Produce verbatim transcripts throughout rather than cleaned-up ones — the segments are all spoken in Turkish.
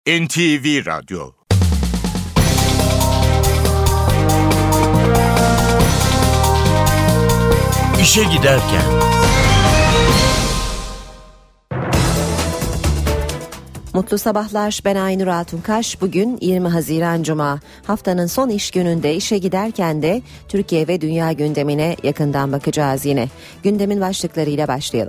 N T V Radyo. İşe giderken. Mutlu sabahlar, ben Aynur Altunkaş. Bugün yirmi Haziran Cuma. Haftanın son iş gününde işe giderken de Türkiye ve dünya gündemine yakından bakacağız yine. Gündemin başlıklarıyla başlayalım.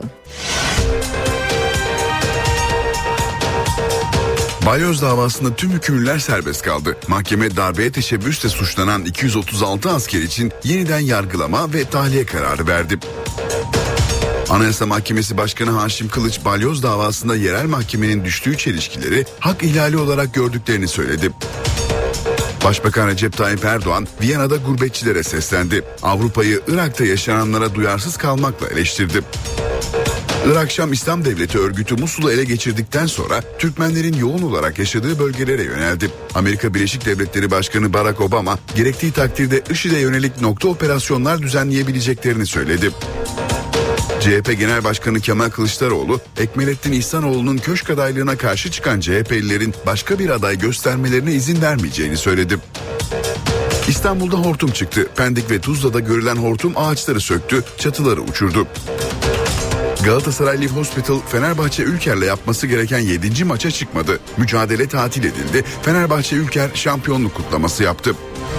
Balyoz davasında tüm hükümlüler serbest kaldı. Mahkeme darbeye teşebbüsle suçlanan iki yüz otuz altı asker için yeniden yargılama ve tahliye kararı verdi. Anayasa Mahkemesi Başkanı Haşim Kılıç, Balyoz davasında yerel mahkemenin düştüğü çelişkileri hak ihlali olarak gördüklerini söyledi. Başbakan Recep Tayyip Erdoğan, Viyana'da gurbetçilere seslendi. Avrupa'yı Irak'ta yaşananlara duyarsız kalmakla eleştirdi. Irak Şam İslam Devleti örgütü Musul'u ele geçirdikten sonra Türkmenlerin yoğun olarak yaşadığı bölgelere yöneldi. Amerika Birleşik Devletleri Başkanı Barack Obama, gerektiği takdirde IŞİD'e yönelik nokta operasyonlar düzenleyebileceklerini söyledi. C H P Genel Başkanı Kemal Kılıçdaroğlu, Ekmelettin İhsanoğlu'nun köşk adaylığına karşı çıkan C H P'lilerin başka bir aday göstermelerine izin vermeyeceğini söyledi. İstanbul'da hortum çıktı. Pendik ve Tuzla'da görülen hortum ağaçları söktü, çatıları uçurdu. Galatasaray Life Hospital, Fenerbahçe Ülker'le yapması gereken yedinci maça çıkmadı. Mücadele tatil edildi. Fenerbahçe Ülker şampiyonluk kutlaması yaptı.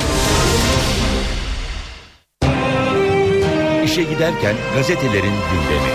İşe giderken gazetelerin gündemi.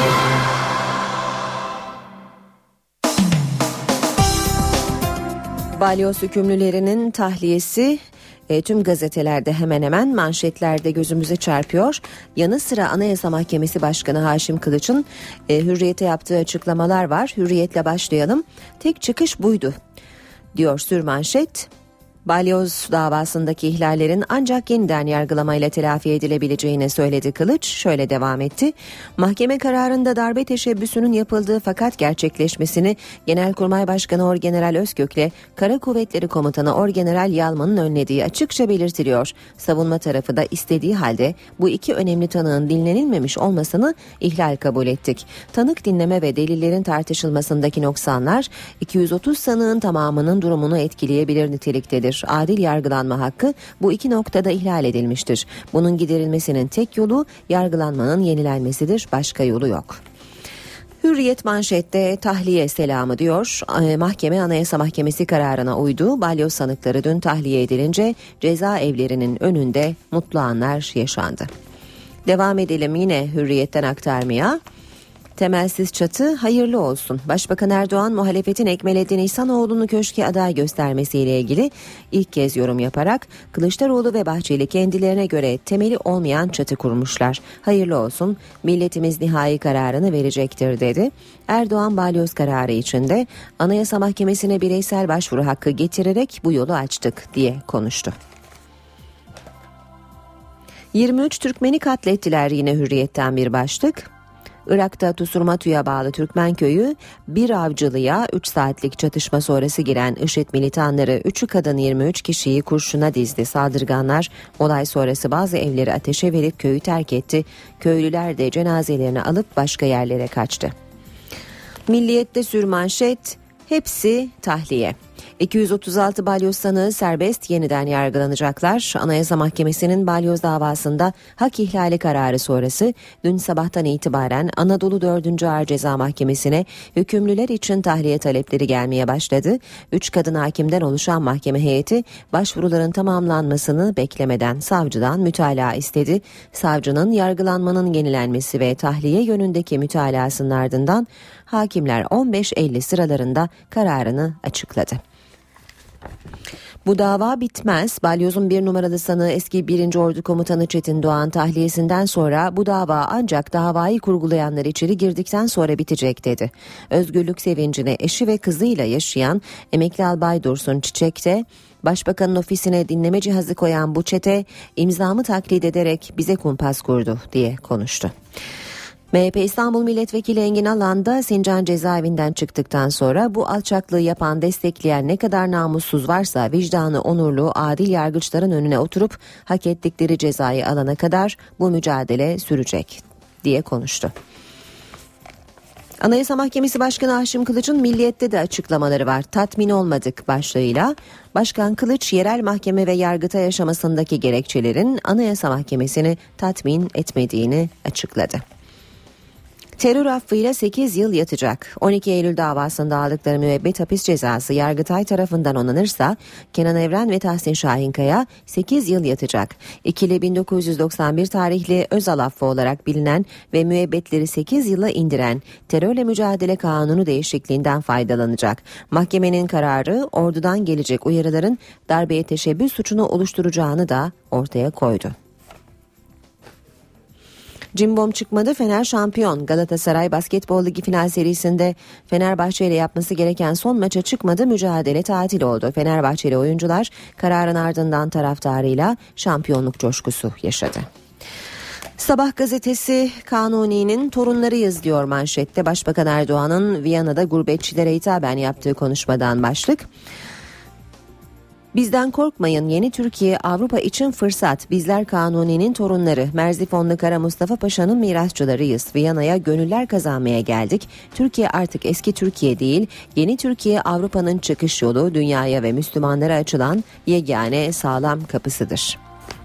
Balyoz hükümlülerinin tahliyesi E, tüm gazetelerde hemen hemen manşetlerde gözümüze çarpıyor. Yanı sıra Anayasa Mahkemesi Başkanı Haşim Kılıç'ın e, Hürriyet'e yaptığı açıklamalar var. Hürriyet'le başlayalım. Tek çıkış buydu diyor sürmanşet. Balyoz davasındaki ihlallerin ancak yeniden yargılamayla telafi edilebileceğini söyledi Kılıç. Şöyle devam etti. Mahkeme kararında darbe teşebbüsünün yapıldığı fakat gerçekleşmesini Genelkurmay Başkanı Orgeneral Özkök'le Kara Kuvvetleri Komutanı Orgeneral Yalman'ın önlediği açıkça belirtiliyor. Savunma tarafı da istediği halde bu iki önemli tanığın dinlenilmemiş olmasını ihlal kabul ettik. Tanık dinleme ve delillerin tartışılmasındaki noksanlar iki yüz otuz sanığın tamamının durumunu etkileyebilir niteliktedir. Adil yargılanma hakkı bu iki noktada ihlal edilmiştir. Bunun giderilmesinin tek yolu yargılanmanın yenilenmesidir. Başka yolu yok. Hürriyet manşette tahliye selamı diyor. Mahkeme Anayasa Mahkemesi kararına uydu. Balyoz sanıkları dün tahliye edilince cezaevlerinin önünde mutlu anlar yaşandı. Devam edelim yine Hürriyet'ten aktarmaya. Temelsiz çatı hayırlı olsun. Başbakan Erdoğan muhalefetin Ekmelettin İhsanoğlu'nu köşke aday göstermesiyle ilgili ilk kez yorum yaparak Kılıçdaroğlu ve Bahçeli kendilerine göre temeli olmayan çatı kurmuşlar. Hayırlı olsun, milletimiz nihai kararını verecektir dedi. Erdoğan balyoz kararı içinde Anayasa Mahkemesi'ne bireysel başvuru hakkı getirerek bu yolu açtık diye konuştu. yirmi üç Türkmeni katlettiler yine Hürriyet'ten bir başlık. Irak'ta Tusurmatu'ya bağlı Türkmen köyü bir avcılığa üç saatlik çatışma sonrası giren IŞİD militanları üçü kadın yirmi üç kişiyi kurşuna dizdi. Saldırganlar olay sonrası bazı evleri ateşe verip köyü terk etti. Köylüler de cenazelerini alıp başka yerlere kaçtı. Milliyet'te sürmanşet hepsi tahliye. iki yüz otuz altı balyoz sanığı serbest yeniden yargılanacaklar. Anayasa Mahkemesi'nin balyoz davasında hak ihlali kararı sonrası dün sabahtan itibaren Anadolu dördüncü Ağır Ceza Mahkemesi'ne hükümlüler için tahliye talepleri gelmeye başladı. Üç kadın hakimden oluşan mahkeme heyeti başvuruların tamamlanmasını beklemeden savcıdan mütalaa istedi. Savcının yargılanmanın yenilenmesi ve tahliye yönündeki mütalasının ardından hakimler on beş elli sıralarında kararını açıkladı. Bu dava bitmez. Balyoz'un bir numaralı sanığı eski birinci Ordu Komutanı Çetin Doğan tahliyesinden sonra bu dava ancak davayı kurgulayanlar içeri girdikten sonra bitecek dedi. Özgürlük sevincine eşi ve kızıyla yaşayan emekli albay Dursun Çiçek de Başbakanın ofisine dinleme cihazı koyan bu çete imzamı taklit ederek bize kumpas kurdu diye konuştu. M H P İstanbul Milletvekili Engin Alan da Sincan cezaevinden çıktıktan sonra bu alçaklığı yapan, destekleyen ne kadar namussuz varsa vicdanı onurlu, adil yargıçların önüne oturup hak ettikleri cezayı alana kadar bu mücadele sürecek diye konuştu. Anayasa Mahkemesi Başkanı Haşim Kılıç'ın Milliyet'te de açıklamaları var. Tatmin olmadık başlığıyla. Başkan Kılıç, yerel mahkeme ve Yargıtay aşamasındaki gerekçelerin Anayasa Mahkemesi'ni tatmin etmediğini açıkladı. Terör affıyla sekiz yıl yatacak. on iki Eylül davasında aldıkları müebbet hapis cezası Yargıtay tarafından onanırsa Kenan Evren ve Tahsin Şahinkaya sekiz yıl yatacak. İkili bin dokuz yüz doksan bir tarihli Özal affı olarak bilinen ve müebbetleri sekiz yıla indiren Terörle Mücadele Kanunu değişikliğinden faydalanacak. Mahkemenin kararı ordudan gelecek uyarıların darbeye teşebbüs suçunu oluşturacağını da ortaya koydu. Cimbom çıkmadı, Fener şampiyon. Galatasaray Basketbol Ligi final serisinde Fenerbahçe ile yapması gereken son maça çıkmadı, mücadele tatil oldu. Fenerbahçeli oyuncular kararın ardından taraftarıyla şampiyonluk coşkusu yaşadı. Sabah gazetesi Kanuni'nin torunlarıyız diyor manşette. Başbakan Erdoğan'ın Viyana'da gurbetçilere hitaben yaptığı konuşmadan başlık. Bizden korkmayın, yeni Türkiye Avrupa için fırsat. Bizler Kanuni'nin torunları, Merzifonlu Kara Mustafa Paşa'nın mirasçılarıyız. Viyana'ya gönüller kazanmaya geldik. Türkiye artık eski Türkiye değil, yeni Türkiye Avrupa'nın çıkış yolu, dünyaya ve Müslümanlara açılan yegane sağlam kapısıdır.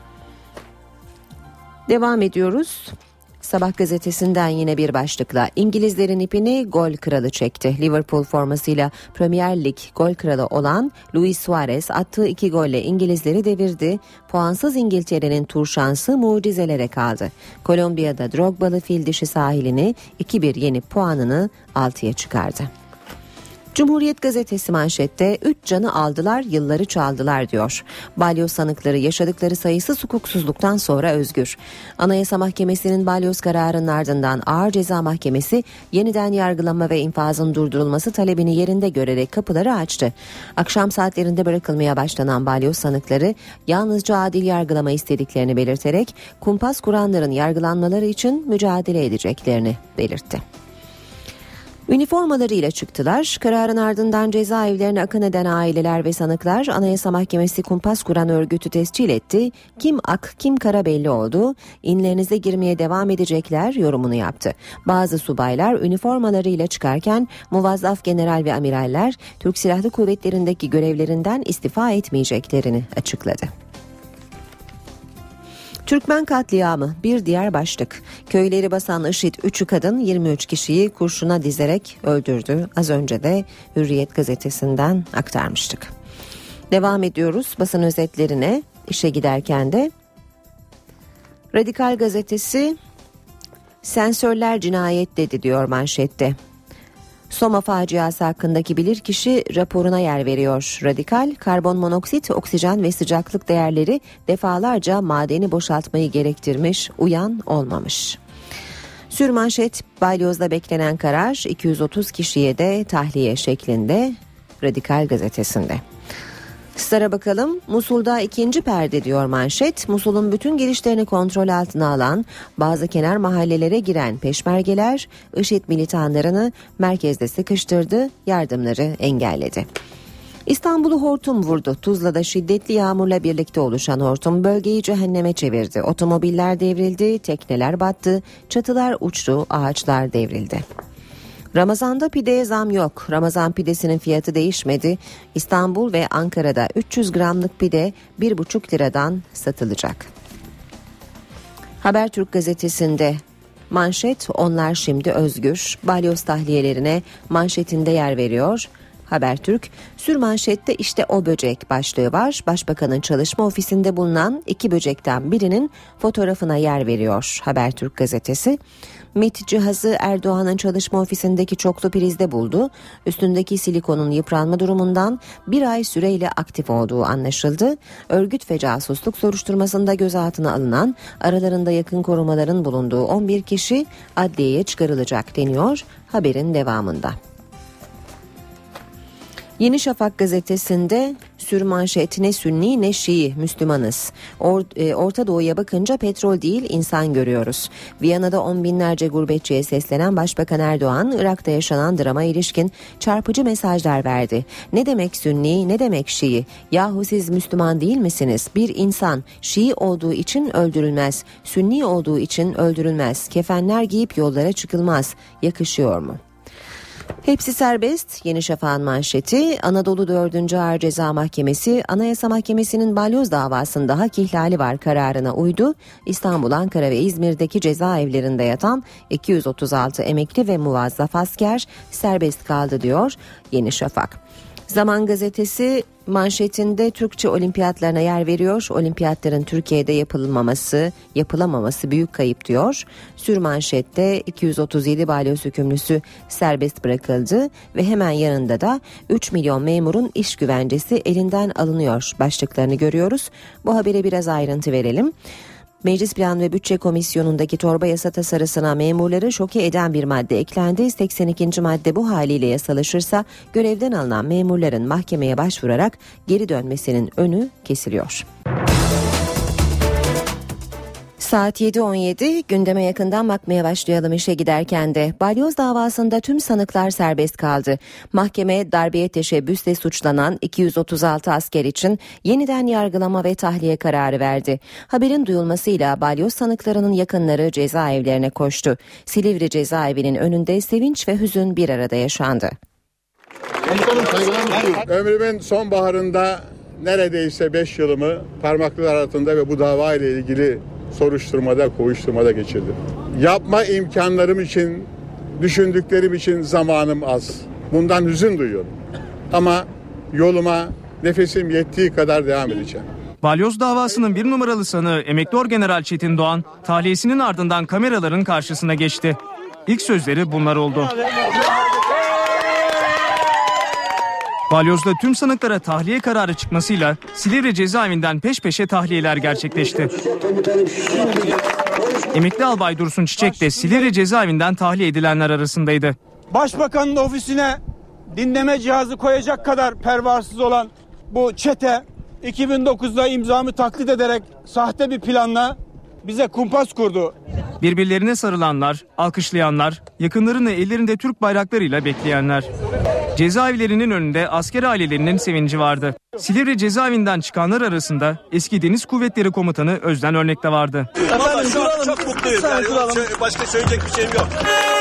Devam ediyoruz. Sabah gazetesinden yine bir başlıkla İngilizlerin ipini gol kralı çekti. Liverpool formasıyla Premier Lig gol kralı olan Luis Suarez attığı iki golle İngilizleri devirdi. Puansız İngiltere'nin tur şansı mucizelere kaldı. Kolombiya'da Drogba'lı fil dişi sahilini iki bir yenip puanını altıya çıkardı. Cumhuriyet gazetesi manşette üç canı aldılar, yılları çaldılar diyor. Balyoz sanıkları yaşadıkları sayısız hukuksuzluktan sonra özgür. Anayasa Mahkemesi'nin balyoz kararının ardından Ağır Ceza Mahkemesi yeniden yargılama ve infazın durdurulması talebini yerinde görerek kapıları açtı. Akşam saatlerinde bırakılmaya başlanan balyoz sanıkları yalnızca adil yargılama istediklerini belirterek kumpas kuranların yargılanmaları için mücadele edeceklerini belirtti. Üniformalarıyla çıktılar. Kararın ardından cezaevlerine akın eden aileler ve sanıklar Anayasa Mahkemesi kumpas kuran örgütü tescil etti. Kim ak kim kara belli oldu. İnlerinize girmeye devam edecekler yorumunu yaptı. Bazı subaylar üniformalarıyla çıkarken muvazzaf general ve amiraller Türk Silahlı Kuvvetleri'ndeki görevlerinden istifa etmeyeceklerini açıkladı. Türkmen katliamı bir diğer başlık. Köyleri basan IŞİD üçü kadın yirmi üç kişiyi kurşuna dizerek öldürdü. Az önce de Hürriyet gazetesinden aktarmıştık. Devam ediyoruz basın özetlerine. İşe giderken de Radikal gazetesi sensörler cinayet dedi diyor manşette. Soma faciası hakkındaki bilirkişi raporuna yer veriyor. Radikal, karbon monoksit, oksijen ve sıcaklık değerleri defalarca madeni boşaltmayı gerektirmiş, uyan olmamış. Sürmanşet, balyozda beklenen karar iki yüz otuz kişiye de tahliye şeklinde Radikal gazetesinde. Star'a bakalım. Musul'da ikinci perde diyor manşet. Musul'un bütün girişlerini kontrol altına alan, bazı kenar mahallelere giren peşmergeler IŞİD militanlarını merkezde sıkıştırdı, yardımları engelledi. İstanbul'u hortum vurdu. Tuzla'da şiddetli yağmurla birlikte oluşan hortum bölgeyi cehenneme çevirdi. Otomobiller devrildi, tekneler battı, çatılar uçtu, ağaçlar devrildi. Ramazan'da pideye zam yok. Ramazan pidesinin fiyatı değişmedi. İstanbul ve Ankara'da üç yüz gramlık pide bir buçuk liradan satılacak. Habertürk gazetesinde manşet onlar şimdi özgür. Balyoz tahliyelerine manşetinde yer veriyor. Habertürk, sürmanşette işte o böcek başlığı var. Başbakanın çalışma ofisinde bulunan iki böcekten birinin fotoğrafına yer veriyor Habertürk gazetesi. MİT cihazı Erdoğan'ın çalışma ofisindeki çoklu prizde buldu. Üstündeki silikonun yıpranma durumundan bir ay süreyle aktif olduğu anlaşıldı. Örgüt ve casusluk soruşturmasında gözaltına alınan, aralarında yakın korumaların bulunduğu on bir kişi adliyeye çıkarılacak deniyor haberin devamında. Yeni Şafak gazetesinde sürmanşet ne Sünni ne Şii Müslümanız. Or, e, Orta Doğu'ya bakınca petrol değil insan görüyoruz. Viyana'da on binlerce gurbetçiye seslenen Başbakan Erdoğan, Irak'ta yaşanan drama ilişkin çarpıcı mesajlar verdi. Ne demek Sünni, ne demek Şii? Yahu siz Müslüman değil misiniz? Bir insan Şii olduğu için öldürülmez, Sünni olduğu için öldürülmez. Kefenler giyip yollara çıkılmaz. Yakışıyor mu? Hepsi serbest. Yeni Şafak'ın manşeti. Anadolu dördüncü Ağır Ceza Mahkemesi Anayasa Mahkemesi'nin balyoz davasında hak ihlali var kararına uydu. İstanbul, Ankara ve İzmir'deki cezaevlerinde yatan iki yüz otuz altı emekli ve muvazzaf asker serbest kaldı diyor Yeni Şafak. Zaman gazetesi manşetinde Türkçe olimpiyatlarına yer veriyor. Olimpiyatların Türkiye'de yapılmaması, yapılamaması büyük kayıp diyor. Sürmanşette iki yüz otuz yedi balyoz hükümlüsü serbest bırakıldı ve hemen yanında da üç milyon memurun iş güvencesi elinden alınıyor başlıklarını görüyoruz. Bu habere biraz ayrıntı verelim. Meclis Plan ve Bütçe Komisyonu'ndaki torba yasa tasarısına memurları şoke eden bir madde eklendi. seksen ikinci madde bu haliyle yasalaşırsa görevden alınan memurların mahkemeye başvurarak geri dönmesinin önü kesiliyor. Saat yedi on yedi, gündeme yakından bakmaya başlayalım işe giderken de. Balyoz davasında tüm sanıklar serbest kaldı. Mahkeme darbeye teşebbüsle suçlanan iki yüz otuz altı asker için yeniden yargılama ve tahliye kararı verdi. Haberin duyulmasıyla balyoz sanıklarının yakınları cezaevlerine koştu. Silivri cezaevinin önünde sevinç ve hüzün bir arada yaşandı. Ömrümün sonbaharında neredeyse beş yılımı parmaklılar altında ve bu dava ile ilgili soruşturmada, kovuşturmada geçirdim. Yapma imkanlarım için, düşündüklerim için zamanım az. Bundan hüzün duyuyorum. Ama yoluma nefesim yettiği kadar devam edeceğim. Balyoz davasının bir numaralı sanığı Emekli Orgeneral Çetin Doğan, tahliyesinin ardından kameraların karşısına geçti. İlk sözleri bunlar oldu. Balyoz'da tüm sanıklara tahliye kararı çıkmasıyla Silivri cezaevinden peş peşe tahliyeler gerçekleşti. Emekli Albay Dursun Çiçek de Silivri cezaevinden tahliye edilenler arasındaydı. Başbakanın ofisine dinleme cihazı koyacak kadar pervasız olan bu çete iki bin dokuzda imzamı taklit ederek sahte bir planla bize kumpas kurdu. Birbirlerine sarılanlar, alkışlayanlar, yakınlarını ellerinde Türk bayraklarıyla bekleyenler. Cezaevlerinin önünde asker ailelerinin sevinci vardı. Silivri cezaevinden çıkanlar arasında eski Deniz Kuvvetleri Komutanı Özden Örnek de vardı. Efendim, duralım, çok mutluyum. Yani, başka söyleyecek bir şeyim yok.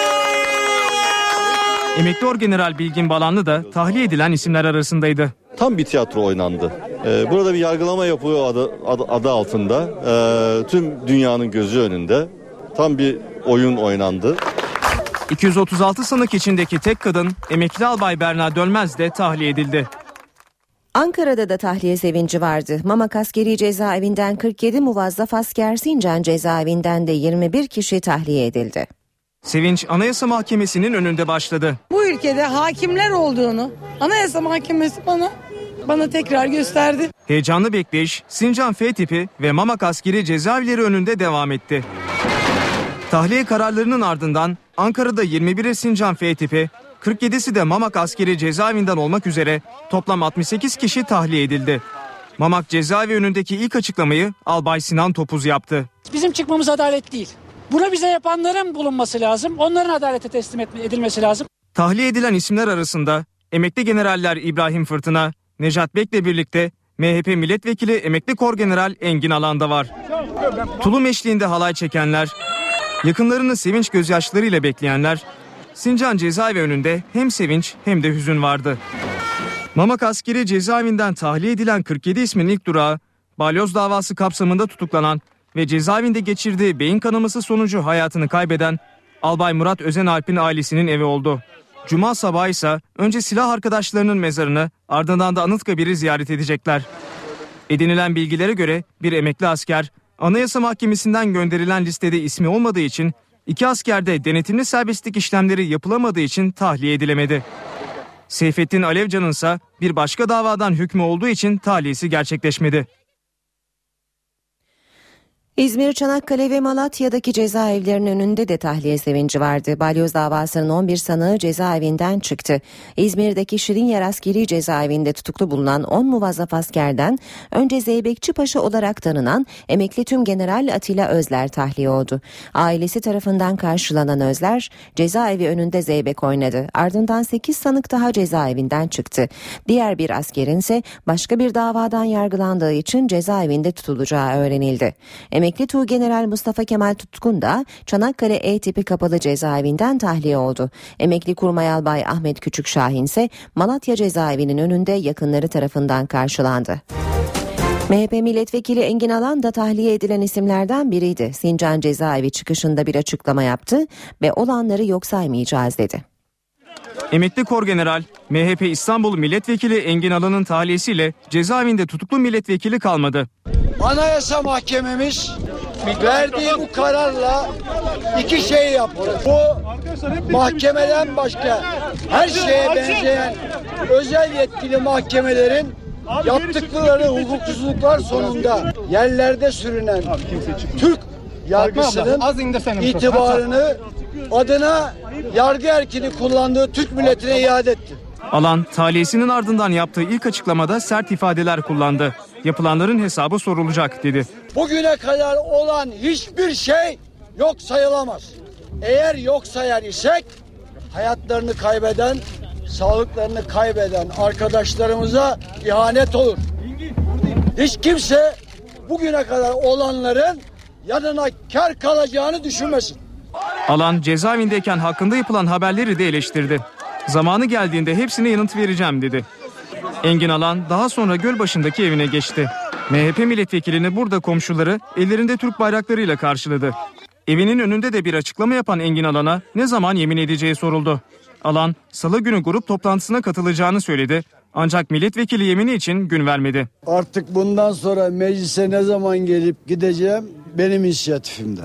Emekli Orgeneral Bilgin Balanlı da tahliye edilen isimler arasındaydı. Tam bir tiyatro oynandı. Ee, burada bir yargılama yapılıyor adı, adı, adı altında. Ee, tüm dünyanın gözü önünde. Tam bir oyun oynandı. iki yüz otuz altı sanık içindeki tek kadın Emekli Albay Berna Dönmez de tahliye edildi. Ankara'da da tahliye sevinci vardı. Mamak Askeri Cezaevinden kırk yedi muvazzaf asker, Sincan Cezaevinden de yirmi bir kişi tahliye edildi. Sevinç Anayasa Mahkemesi'nin önünde başladı. Bu ülkede hakimler olduğunu Anayasa Mahkemesi bana bana tekrar gösterdi. Heyecanlı bekleyiş Sincan F tipi ve Mamak Askeri Cezaevleri önünde devam etti. Tahliye kararlarının ardından Ankara'da yirmi biri Sincan F tipi, kırk yedisi de Mamak Askeri Cezaevinden olmak üzere toplam altmış sekiz kişi tahliye edildi. Mamak Cezaevi önündeki ilk açıklamayı Albay Sinan Topuz yaptı. Bizim çıkmamız adalet değil. Bunu bize yapanların bulunması lazım. Onların adalete teslim edilmesi lazım. Tahliye edilen isimler arasında emekli generaller İbrahim Fırtına, Nejat Bek'le birlikte M H P milletvekili emekli Korgeneral Engin Alan da var. Tulum eşliğinde halay çekenler, yakınlarını sevinç gözyaşlarıyla bekleyenler, Sincan Cezaevi önünde hem sevinç hem de hüzün vardı. Mamak Askeri Cezaevinden tahliye edilen kırk yedi ismin ilk durağı, balyoz davası kapsamında tutuklanan ve cezaevinde geçirdiği beyin kanaması sonucu hayatını kaybeden Albay Murat Özenalp'in ailesinin evi oldu. Cuma sabahı ise önce silah arkadaşlarının mezarını, ardından da Anıtkabir'i ziyaret edecekler. Edinilen bilgilere göre bir emekli asker, Anayasa Mahkemesi'nden gönderilen listede ismi olmadığı için, iki asker de denetimli serbestlik işlemleri yapılamadığı için tahliye edilemedi. Seyfettin Alevcan'ın ise bir başka davadan hükmü olduğu için tahliyesi gerçekleşmedi. İzmir, Çanakkale ve Malatya'daki cezaevlerinin önünde de tahliye sevinci vardı. Balyoz davasının on bir sanığı cezaevinden çıktı. İzmir'deki Şirinyer Askeri Cezaevinde tutuklu bulunan on muvazzaf askerden önce Zeybekçi Paşa olarak tanınan emekli Tümgeneral Atilla Özler tahliye oldu. Ailesi tarafından karşılanan Özler cezaevi önünde zeybek oynadı. Ardından sekiz sanık daha cezaevinden çıktı. Diğer bir askerin ise başka bir davadan yargılandığı için cezaevinde tutulacağı öğrenildi. Emekli Emekli Tuğgeneral Mustafa Kemal Tutkun da Çanakkale E tipi kapalı cezaevinden tahliye oldu. Emekli Kurmay Albay Ahmet Küçükşahin ise Malatya cezaevinin önünde yakınları tarafından karşılandı. M H P milletvekili Engin Alan da tahliye edilen isimlerden biriydi. Sincan cezaevi çıkışında bir açıklama yaptı ve olanları yok saymayacağız dedi. Emekli Korgeneral, M H P İstanbul Milletvekili Engin Alan'ın tahliyesiyle cezaevinde tutuklu milletvekili kalmadı. Anayasa Mahkememiz verdiği bu kararla iki şey yaptı. Bu mahkemeden başka her şeye benzeyen özel yetkili mahkemelerin yaptıkları hukuksuzluklar sonunda yerlerde sürünen Türk yargısının itibarını adına yargı erkini kullandığı Türk milletine iade etti. Alan, tahliyesinin ardından yaptığı ilk açıklamada sert ifadeler kullandı. Yapılanların hesabı sorulacak dedi. Bugüne kadar olan hiçbir şey yok sayılamaz. Eğer yok sayar isek hayatlarını kaybeden, sağlıklarını kaybeden arkadaşlarımıza ihanet olur. Hiç kimse bugüne kadar olanların yanına kar kalacağını düşünmesin. Alan, cezaevindeyken hakkında yapılan haberleri de eleştirdi. Zamanı geldiğinde hepsine yanıt vereceğim dedi. Engin Alan daha sonra Gölbaşı'ndaki evine geçti. M H P milletvekilini burada komşuları ellerinde Türk bayraklarıyla karşıladı. Evinin önünde de bir açıklama yapan Engin Alan'a ne zaman yemin edeceği soruldu. Alan, salı günü grup toplantısına katılacağını söyledi. Ancak milletvekili yemini için gün vermedi. Artık bundan sonra meclise ne zaman gelip gideceğim benim inisiyatifimde.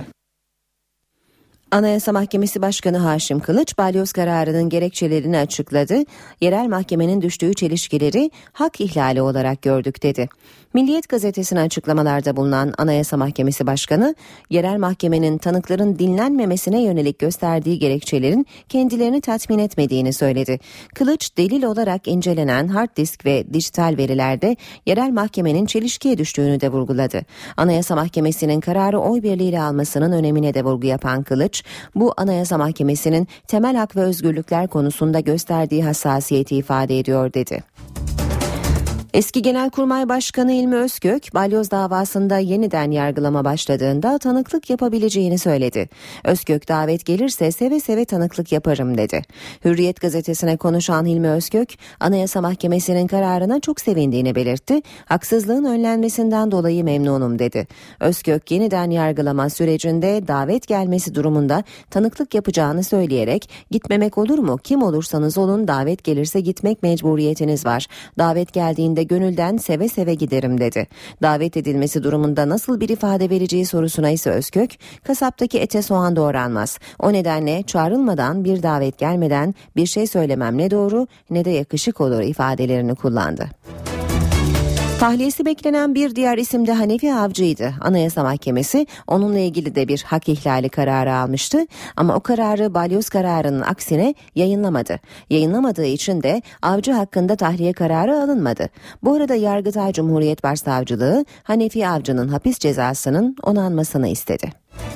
Anayasa Mahkemesi Başkanı Haşim Kılıç, balyoz kararının gerekçelerini açıkladı. Yerel mahkemenin düştüğü çelişkileri hak ihlali olarak gördük dedi. Milliyet gazetesine açıklamalarda bulunan Anayasa Mahkemesi Başkanı, yerel mahkemenin tanıkların dinlenmemesine yönelik gösterdiği gerekçelerin kendilerini tatmin etmediğini söyledi. Kılıç, delil olarak incelenen hard disk ve dijital verilerde yerel mahkemenin çelişkiye düştüğünü de vurguladı. Anayasa Mahkemesi'nin kararı oy birliğiyle almasının önemine de vurgu yapan Kılıç, bu Anayasa Mahkemesi'nin temel hak ve özgürlükler konusunda gösterdiği hassasiyeti ifade ediyor dedi. Eski Genelkurmay Başkanı İlmi Özkök, balyoz davasında yeniden yargılama başladığında tanıklık yapabileceğini söyledi. Özkök, davet gelirse seve seve tanıklık yaparım dedi. Hürriyet gazetesine konuşan İlmi Özkök, Anayasa Mahkemesi'nin kararına çok sevindiğini belirtti. Haksızlığın önlenmesinden dolayı memnunum dedi. Özkök, yeniden yargılama sürecinde davet gelmesi durumunda tanıklık yapacağını söyleyerek, gitmemek olur mu? Kim olursanız olun, davet gelirse gitmek mecburiyetiniz var. Davet geldiğinde gönülden seve seve giderim dedi. Davet edilmesi durumunda nasıl bir ifade vereceği sorusuna ise Özkök, kasaptaki ete soğan doğranmaz. O nedenle çağrılmadan, bir davet gelmeden bir şey söylemem ne doğru ne de yakışık olur ifadelerini kullandı. Tahliyesi beklenen bir diğer isim de Hanefi Avcı'ydı. Anayasa Mahkemesi onunla ilgili de bir hak ihlali kararı almıştı. Ama o kararı balyoz kararının aksine yayınlamadı. Yayınlamadığı için de Avcı hakkında tahliye kararı alınmadı. Bu arada Yargıtay Cumhuriyet Başsavcılığı Hanefi Avcı'nın hapis cezasının onanmasını istedi.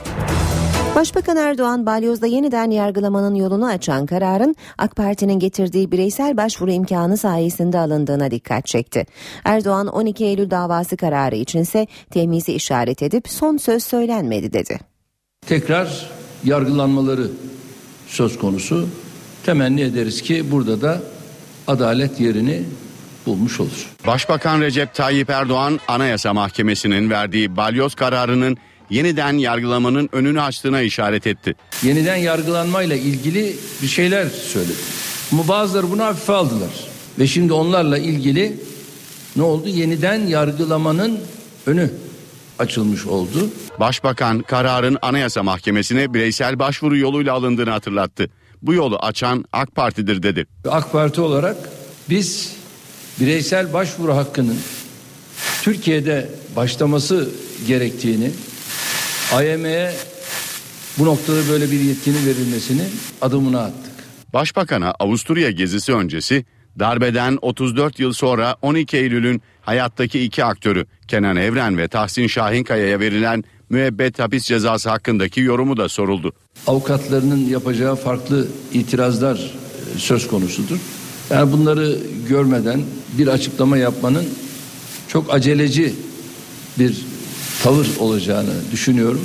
Başbakan Erdoğan, balyozda yeniden yargılamanın yolunu açan kararın AK Parti'nin getirdiği bireysel başvuru imkanı sayesinde alındığına dikkat çekti. Erdoğan, on iki Eylül davası kararı içinse temyizi işaret edip son söz söylenmedi dedi. Tekrar yargılanmaları söz konusu. Temenni ederiz ki burada da adalet yerini bulmuş olur. Başbakan Recep Tayyip Erdoğan, Anayasa Mahkemesi'nin verdiği balyoz kararının yeniden yargılamanın önünü açtığına işaret etti. Yeniden yargılanmayla ilgili bir şeyler söyledi. Ama bazıları bunu hafife aldılar. Ve şimdi onlarla ilgili ne oldu? Yeniden yargılamanın önü açılmış oldu. Başbakan kararın Anayasa Mahkemesi'ne bireysel başvuru yoluyla alındığını hatırlattı. Bu yolu açan AK Parti'dir dedi. AK Parti olarak biz bireysel başvuru hakkının Türkiye'de başlaması gerektiğini, A Y M'ye bu noktada böyle bir yetkinin verilmesini adımına attık. Başbakan'a Avusturya gezisi öncesi darbeden otuz dört yıl sonra on iki Eylül'ün hayattaki iki aktörü Kenan Evren ve Tahsin Şahinkaya'ya verilen müebbet hapis cezası hakkındaki yorumu da soruldu. Avukatlarının yapacağı farklı itirazlar söz konusudur. Yani bunları görmeden bir açıklama yapmanın çok aceleci bir tavır olacağını düşünüyorum.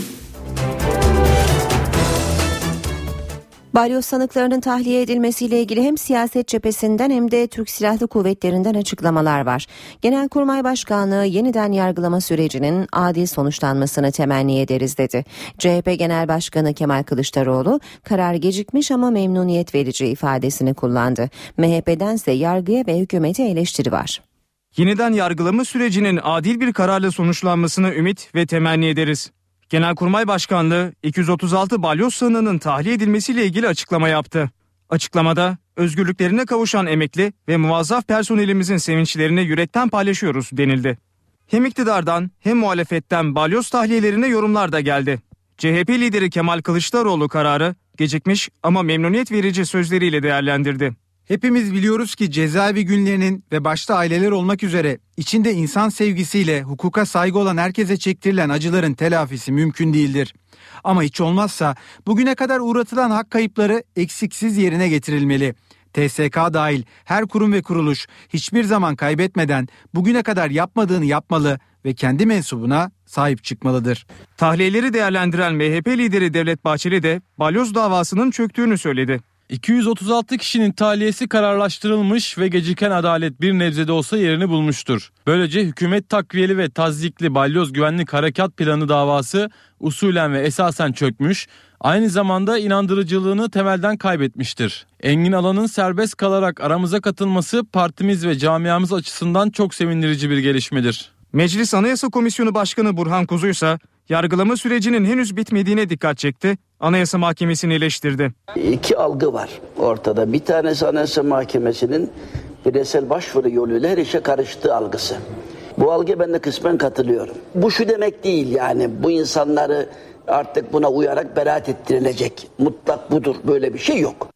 Balyoz sanıklarının tahliye edilmesiyle ilgili hem siyaset cephesinden hem de Türk Silahlı Kuvvetleri'nden açıklamalar var. Genelkurmay Başkanlığı yeniden yargılama sürecinin adil sonuçlanmasını temenni ederiz dedi. C H P Genel Başkanı Kemal Kılıçdaroğlu karar gecikmiş ama memnuniyet verici ifadesini kullandı. M H P'dense yargıya ve hükümete eleştiri var. Yeniden yargılama sürecinin adil bir kararla sonuçlanmasını ümit ve temenni ederiz. Genelkurmay Başkanlığı iki yüz otuz altı balyoz sanığının tahliye edilmesiyle ilgili açıklama yaptı. Açıklamada özgürlüklerine kavuşan emekli ve muvazzaf personelimizin sevinçlerini yürekten paylaşıyoruz denildi. Hem iktidardan hem muhalefetten balyoz tahliyelerine yorumlar da geldi. C H P lideri Kemal Kılıçdaroğlu kararı gecikmiş ama memnuniyet verici sözleriyle değerlendirdi. Hepimiz biliyoruz ki cezaevi günlerinin ve başta aileler olmak üzere içinde insan sevgisiyle hukuka saygı olan herkese çektirilen acıların telafisi mümkün değildir. Ama hiç olmazsa bugüne kadar uğratılan hak kayıpları eksiksiz yerine getirilmeli. T S K dahil her kurum ve kuruluş hiçbir zaman kaybetmeden bugüne kadar yapmadığını yapmalı ve kendi mensubuna sahip çıkmalıdır. Tahliyeleri değerlendiren M H P lideri Devlet Bahçeli de balyoz davasının çöktüğünü söyledi. iki yüz otuz altı kişinin tahliyesi kararlaştırılmış ve geciken adalet bir nebze de olsa yerini bulmuştur. Böylece hükümet takviyeli ve tazyikli balyoz güvenlik harekat planı davası usulen ve esasen çökmüş, aynı zamanda inandırıcılığını temelden kaybetmiştir. Engin Alan'ın serbest kalarak aramıza katılması partimiz ve camiamız açısından çok sevindirici bir gelişmedir. Meclis Anayasa Komisyonu Başkanı Burhan Kuzu ise yargılama sürecinin henüz bitmediğine dikkat çekti. Anayasa Mahkemesi'ni eleştirdi. İki algı var ortada. Bir tanesi Anayasa Mahkemesi'nin bireysel başvuru yoluyla her işe karıştığı algısı. Bu algıya ben de kısmen katılıyorum. Bu şu demek değil, yani bu insanları artık buna uyarak beraat ettirilecek. Mutlak budur, böyle bir şey yok.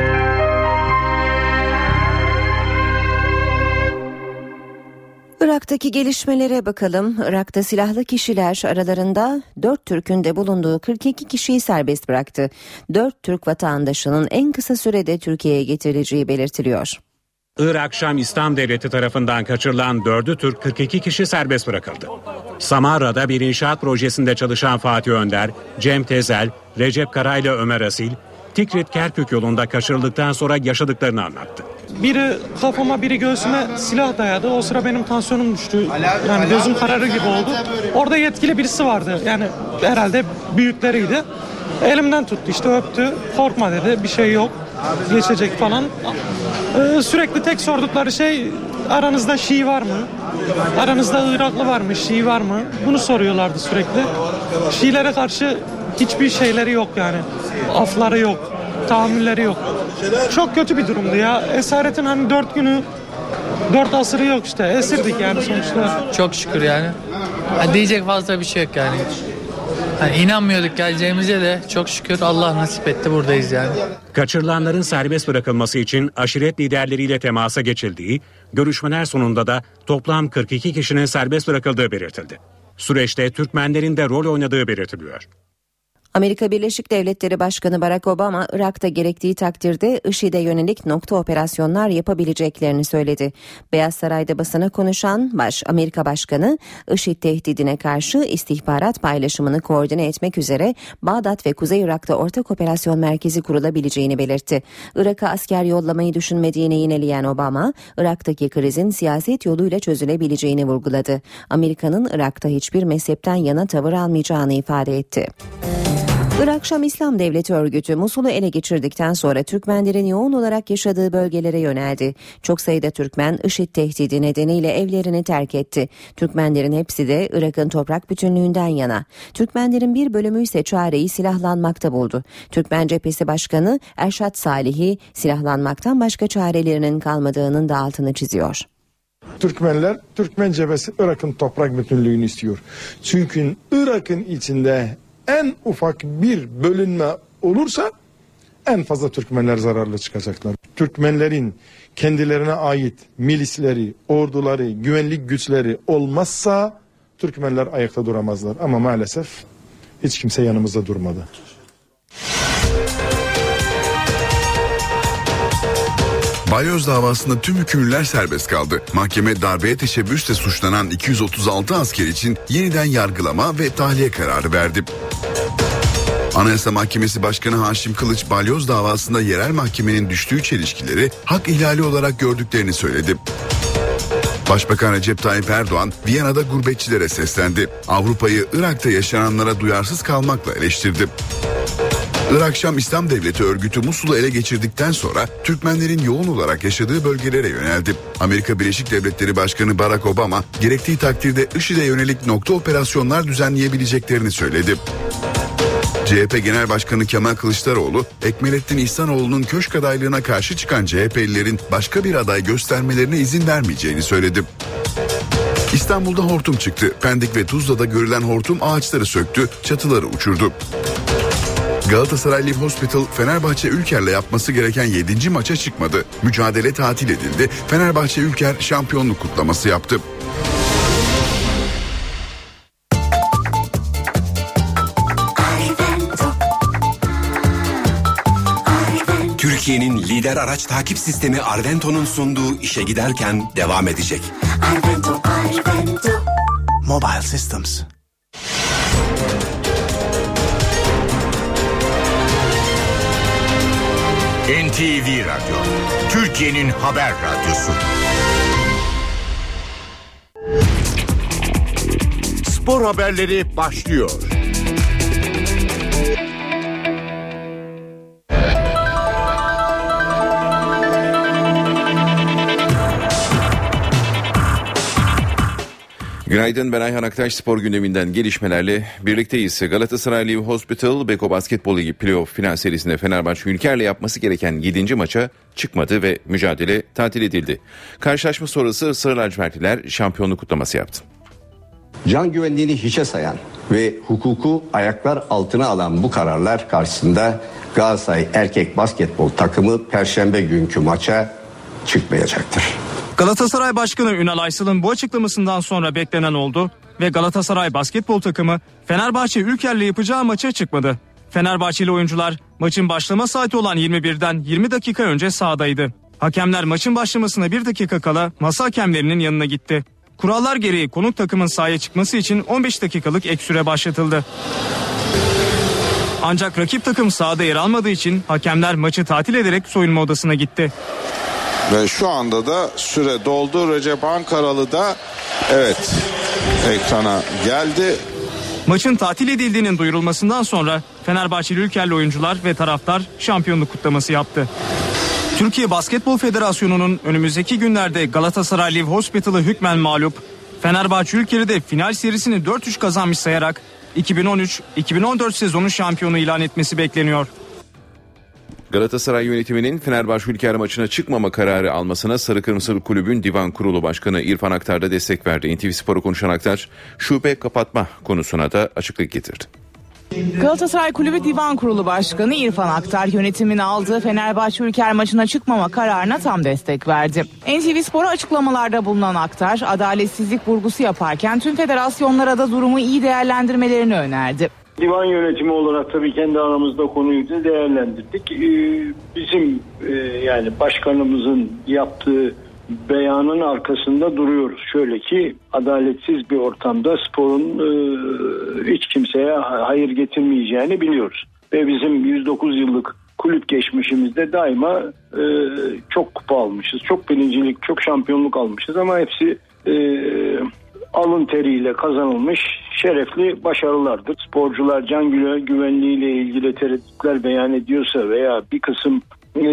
Irak'taki gelişmelere bakalım. Irak'ta silahlı kişiler aralarında dört Türk'ün de bulunduğu kırk iki kişiyi serbest bıraktı. dört Türk vatandaşının en kısa sürede Türkiye'ye getirileceği belirtiliyor. Irak Şam İslam Devleti tarafından kaçırılan dördü Türk kırk iki kişi serbest bırakıldı. Samarra'da bir inşaat projesinde çalışan Fatih Önder, Cem Tezel, Recep Kara ile Ömer Asil, Tikrit-Kerkük yolunda kaçırıldıktan sonra yaşadıklarını anlattı. Biri kafama, biri göğsüme silah dayadı. O sıra benim tansiyonum düştü. Yani gözüm kararır gibi oldu. Orada yetkili birisi vardı. Yani herhalde büyükleriydi. Elimden tuttu, işte öptü. Korkma dedi, bir şey yok. Geçecek falan. Ee, sürekli tek sordukları şey, aranızda Şii var mı? Aranızda Iraklı var mı? Şii var mı? Bunu soruyorlardı sürekli. Şiilere karşı hiçbir şeyleri yok yani. Afları yok. Tahammülleri yok. Çok kötü bir durumdu ya. Esaretin hani dört günü, dört asırı yok işte. Esirdik yani sonuçta. Çok şükür yani. yani diyecek fazla bir şey yok yani. yani. İnanmıyorduk geleceğimize de çok şükür Allah nasip etti, buradayız yani. Kaçırılanların serbest bırakılması için aşiret liderleriyle temasa geçildiği, görüşmeler sonunda da toplam kırk iki kişinin serbest bırakıldığı belirtildi. Süreçte Türkmenlerin de rol oynadığı belirtiliyor. Amerika Birleşik Devletleri Başkanı Barack Obama, Irak'ta gerektiği takdirde IŞİD'e yönelik nokta operasyonlar yapabileceklerini söyledi. Beyaz Saray'da basına konuşan baş Amerika Başkanı, IŞİD tehdidine karşı istihbarat paylaşımını koordine etmek üzere Bağdat ve Kuzey Irak'ta ortak operasyon merkezi kurulabileceğini belirtti. Irak'a asker yollamayı düşünmediğini yineleyen Obama, Irak'taki krizin siyaset yoluyla çözülebileceğini vurguladı. Amerika'nın Irak'ta hiçbir mezhepten yana tavır almayacağını ifade etti. Irak Şam İslam Devleti örgütü Musul'u ele geçirdikten sonra Türkmenlerin yoğun olarak yaşadığı bölgelere yöneldi. Çok sayıda Türkmen IŞİD tehdidi nedeniyle evlerini terk etti. Türkmenlerin hepsi de Irak'ın toprak bütünlüğünden yana. Türkmenlerin bir bölümü ise çareyi silahlanmakta buldu. Türkmen Cephesi Başkanı Erşat Salih'i silahlanmaktan başka çarelerinin kalmadığının da altını çiziyor. Türkmenler, Türkmen Cephesi Irak'ın toprak bütünlüğünü istiyor. Çünkü Irak'ın içinde en ufak bir bölünme olursa en fazla Türkmenler zararlı çıkacaklar. Türkmenlerin kendilerine ait milisleri, orduları, güvenlik güçleri olmazsa Türkmenler ayakta duramazlar. Ama maalesef hiç kimse yanımızda durmadı. Balyoz davasında tüm hükümlüler serbest kaldı. Mahkeme darbeye teşebbüsle suçlanan iki yüz otuz altı asker için yeniden yargılama ve tahliye kararı verdi. Anayasa Mahkemesi Başkanı Haşim Kılıç, balyoz davasında yerel mahkemenin düştüğü çelişkileri hak ihlali olarak gördüklerini söyledi. Başbakan Recep Tayyip Erdoğan, Viyana'da gurbetçilere seslendi. Avrupa'yı Irak'ta yaşananlara duyarsız kalmakla eleştirdi. Irak Şam İslam Devleti örgütü Musul'u ele geçirdikten sonra Türkmenlerin yoğun olarak yaşadığı bölgelere yöneldi. Amerika Birleşik Devletleri Başkanı Barack Obama, gerektiği takdirde IŞİD'e yönelik nokta operasyonlar düzenleyebileceklerini söyledi. C H P Genel Başkanı Kemal Kılıçdaroğlu, Ekmelettin İhsanoğlu'nun köşk adaylığına karşı çıkan C H P'lilerin başka bir aday göstermelerine izin vermeyeceğini söyledi. İstanbul'da hortum çıktı. Pendik ve Tuzla'da görülen hortum ağaçları söktü, çatıları uçurdu. Galatasaray Live Hospital, Fenerbahçe Ülker'le yapması gereken yedinci maça çıkmadı. Mücadele tatil edildi. Fenerbahçe Ülker şampiyonluk kutlaması yaptı. Türkiye'nin lider araç takip sistemi Arvento'nun sunduğu işe giderken devam edecek. Arvento, Arvento. Mobile Systems. N T V Radyo, Türkiye'nin haber radyosu. Spor haberleri başlıyor. Günaydın, ben Ayhan Aktaş. Spor gündeminden gelişmelerle birlikteyiz. Galatasaray Live Hospital, Beko Basketbol Ligi Playoff final serisinde Fenerbahçe Ülker'le yapması gereken yedinci maça çıkmadı ve mücadele tatil edildi. Karşılaşma sonrası Sarı Lacivertliler şampiyonluk kutlaması yaptı. Can güvenliğini hiçe sayan ve hukuku ayaklar altına alan bu kararlar karşısında Galatasaray erkek basketbol takımı Perşembe günkü maça çıkmayacaktır. Galatasaray Başkanı Ünal Aysal'ın bu açıklamasından sonra beklenen oldu ve Galatasaray basketbol takımı Fenerbahçe Ülker'le yapacağı maça çıkmadı. Fenerbahçeli oyuncular maçın başlama saati olan yirmi birden yirmi dakika önce sahadaydı. Hakemler maçın başlamasına bir dakika kala masa hakemlerinin yanına gitti. Kurallar gereği konuk takımın sahaya çıkması için on beş dakikalık ek süre başlatıldı. Ancak rakip takım sahada yer almadığı için hakemler maçı tatil ederek soyunma odasına gitti. Ve şu anda da süre doldu. Recep Ankaralı da evet ekrana geldi. Maçın tatil edildiğinin duyurulmasından sonra Fenerbahçeli Ülkerli oyuncular ve taraftar şampiyonluk kutlaması yaptı. Türkiye Basketbol Federasyonu'nun önümüzdeki günlerde Galatasaray Live Hospital'ı hükmen mağlup, Fenerbahçe Ülker'i de final serisini dört üç kazanmış sayarak iki bin on üç iki bin on dört sezonu şampiyonu ilan etmesi bekleniyor. Galatasaray yönetiminin Fenerbahçe Ülker maçına çıkmama kararı almasına Sarı Kırmızılı Kulübün Divan Kurulu Başkanı İrfan Aktar da destek verdi. N T V Spor'a konuşan Aktar, şube kapatma konusuna da açıklık getirdi. Galatasaray Kulübü Divan Kurulu Başkanı İrfan Aktar yönetimin aldığı Fenerbahçe Ülker maçına çıkmama kararına tam destek verdi. N T V Spor'a açıklamalarda bulunan Aktar, adaletsizlik vurgusu yaparken tüm federasyonlara da durumu iyi değerlendirmelerini önerdi. Divan yönetimi olarak tabii kendi aramızda konuyu da değerlendirdik. Ee, bizim e, yani başkanımızın yaptığı beyanın arkasında duruyoruz. Şöyle ki adaletsiz bir ortamda sporun e, hiç kimseye hayır getirmeyeceğini biliyoruz. Ve bizim yüz dokuz yıllık kulüp geçmişimizde daima e, çok kupa almışız. Çok birincilik, çok şampiyonluk almışız ama hepsi e, alın teriyle kazanılmış şerefli başarılardır. Sporcular can güvenliğiyle ilgili tereddütler beyan ediyorsa veya bir kısım e,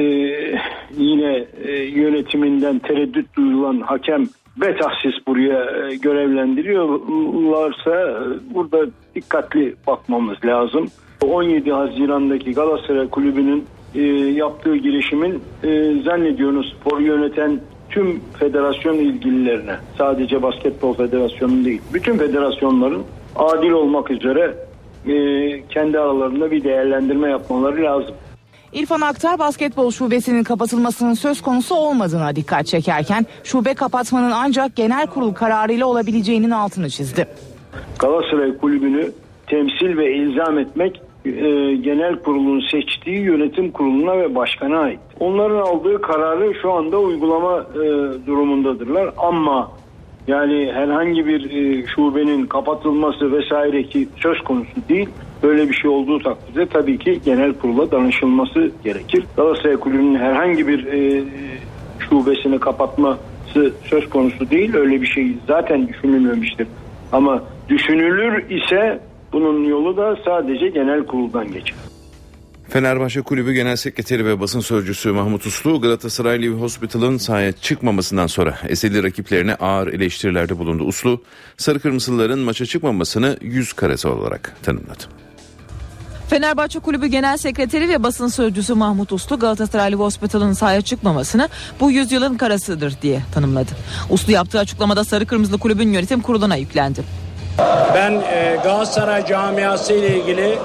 yine e, yönetiminden tereddüt duyulan hakem ve tahsis buraya e, görevlendiriyorlarsa e, burada dikkatli bakmamız lazım. on yedi Haziran'daki Galatasaray Kulübü'nün e, yaptığı girişimin e, zannediyorum spor yöneten tüm federasyon ilgililerine, sadece basketbol federasyonu değil, bütün federasyonların adil olmak üzere e, kendi aralarında bir değerlendirme yapmaları lazım. İrfan Aktar basketbol şubesinin kapatılmasının söz konusu olmadığına dikkat çekerken şube kapatmanın ancak genel kurul kararıyla olabileceğinin altını çizdi. Galatasaray Kulübü'nü temsil ve ilzam etmek e, genel kurulun seçtiği yönetim kuruluna ve başkana ait. onların aldığı kararı şu anda uygulama e, durumundadırlar. Ama yani herhangi bir e, şubenin kapatılması vesaire ki söz konusu değil. Böyle bir şey olduğu takdirde tabii ki genel kurula danışılması gerekir. Galatasaray Kulübü'nün herhangi bir e, şubesini kapatması söz konusu değil. Öyle bir şey zaten düşünülmemiştir. Ama düşünülür ise bunun yolu da sadece genel kuruldan geçer. Fenerbahçe Kulübü Genel Sekreteri ve basın sözcüsü Mahmut Uslu, Galatasaray Live Hospital'ın sahaya çıkmamasından sonra eseli rakiplerine ağır eleştirilerde bulundu. Uslu, Sarı Kırmızılıların maça çıkmamasını yüz karası olarak tanımladı. Fenerbahçe Kulübü Genel Sekreteri ve basın sözcüsü Mahmut Uslu, Galatasaray Live Hospital'ın sahaya çıkmamasını bu yüzyılın karasıdır diye tanımladı. Uslu yaptığı açıklamada Sarı Kırmızılı Kulübün yönetim kuruluna yüklendi. Ben e, Galatasaray camiası ile ilgili e,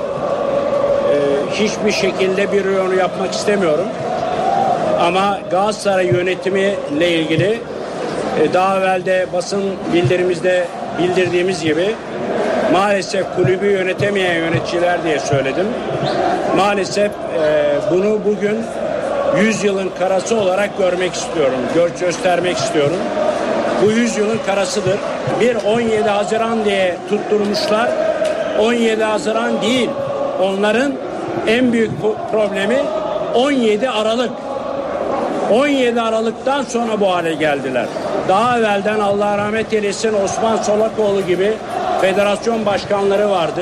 hiçbir şekilde bir yorum yapmak istemiyorum. Ama Galatasaray yönetimiyle ilgili e, daha evvel de basın bildirimizde bildirdiğimiz gibi maalesef kulübü yönetemeyen yöneticiler diye söyledim. Maalesef e, bunu bugün yüzyılın karası olarak görmek istiyorum, gö- göstermek istiyorum. Bu yüzyılın karasıdır. Bir on yedi Haziran diye tutturmuşlar. on yedi Haziran değil. Onların en büyük problemi on yedi Aralık. on yedi Aralık'tan sonra bu hale geldiler. Daha evvelden Allah rahmet eylesin Osman Solakoğlu gibi federasyon başkanları vardı.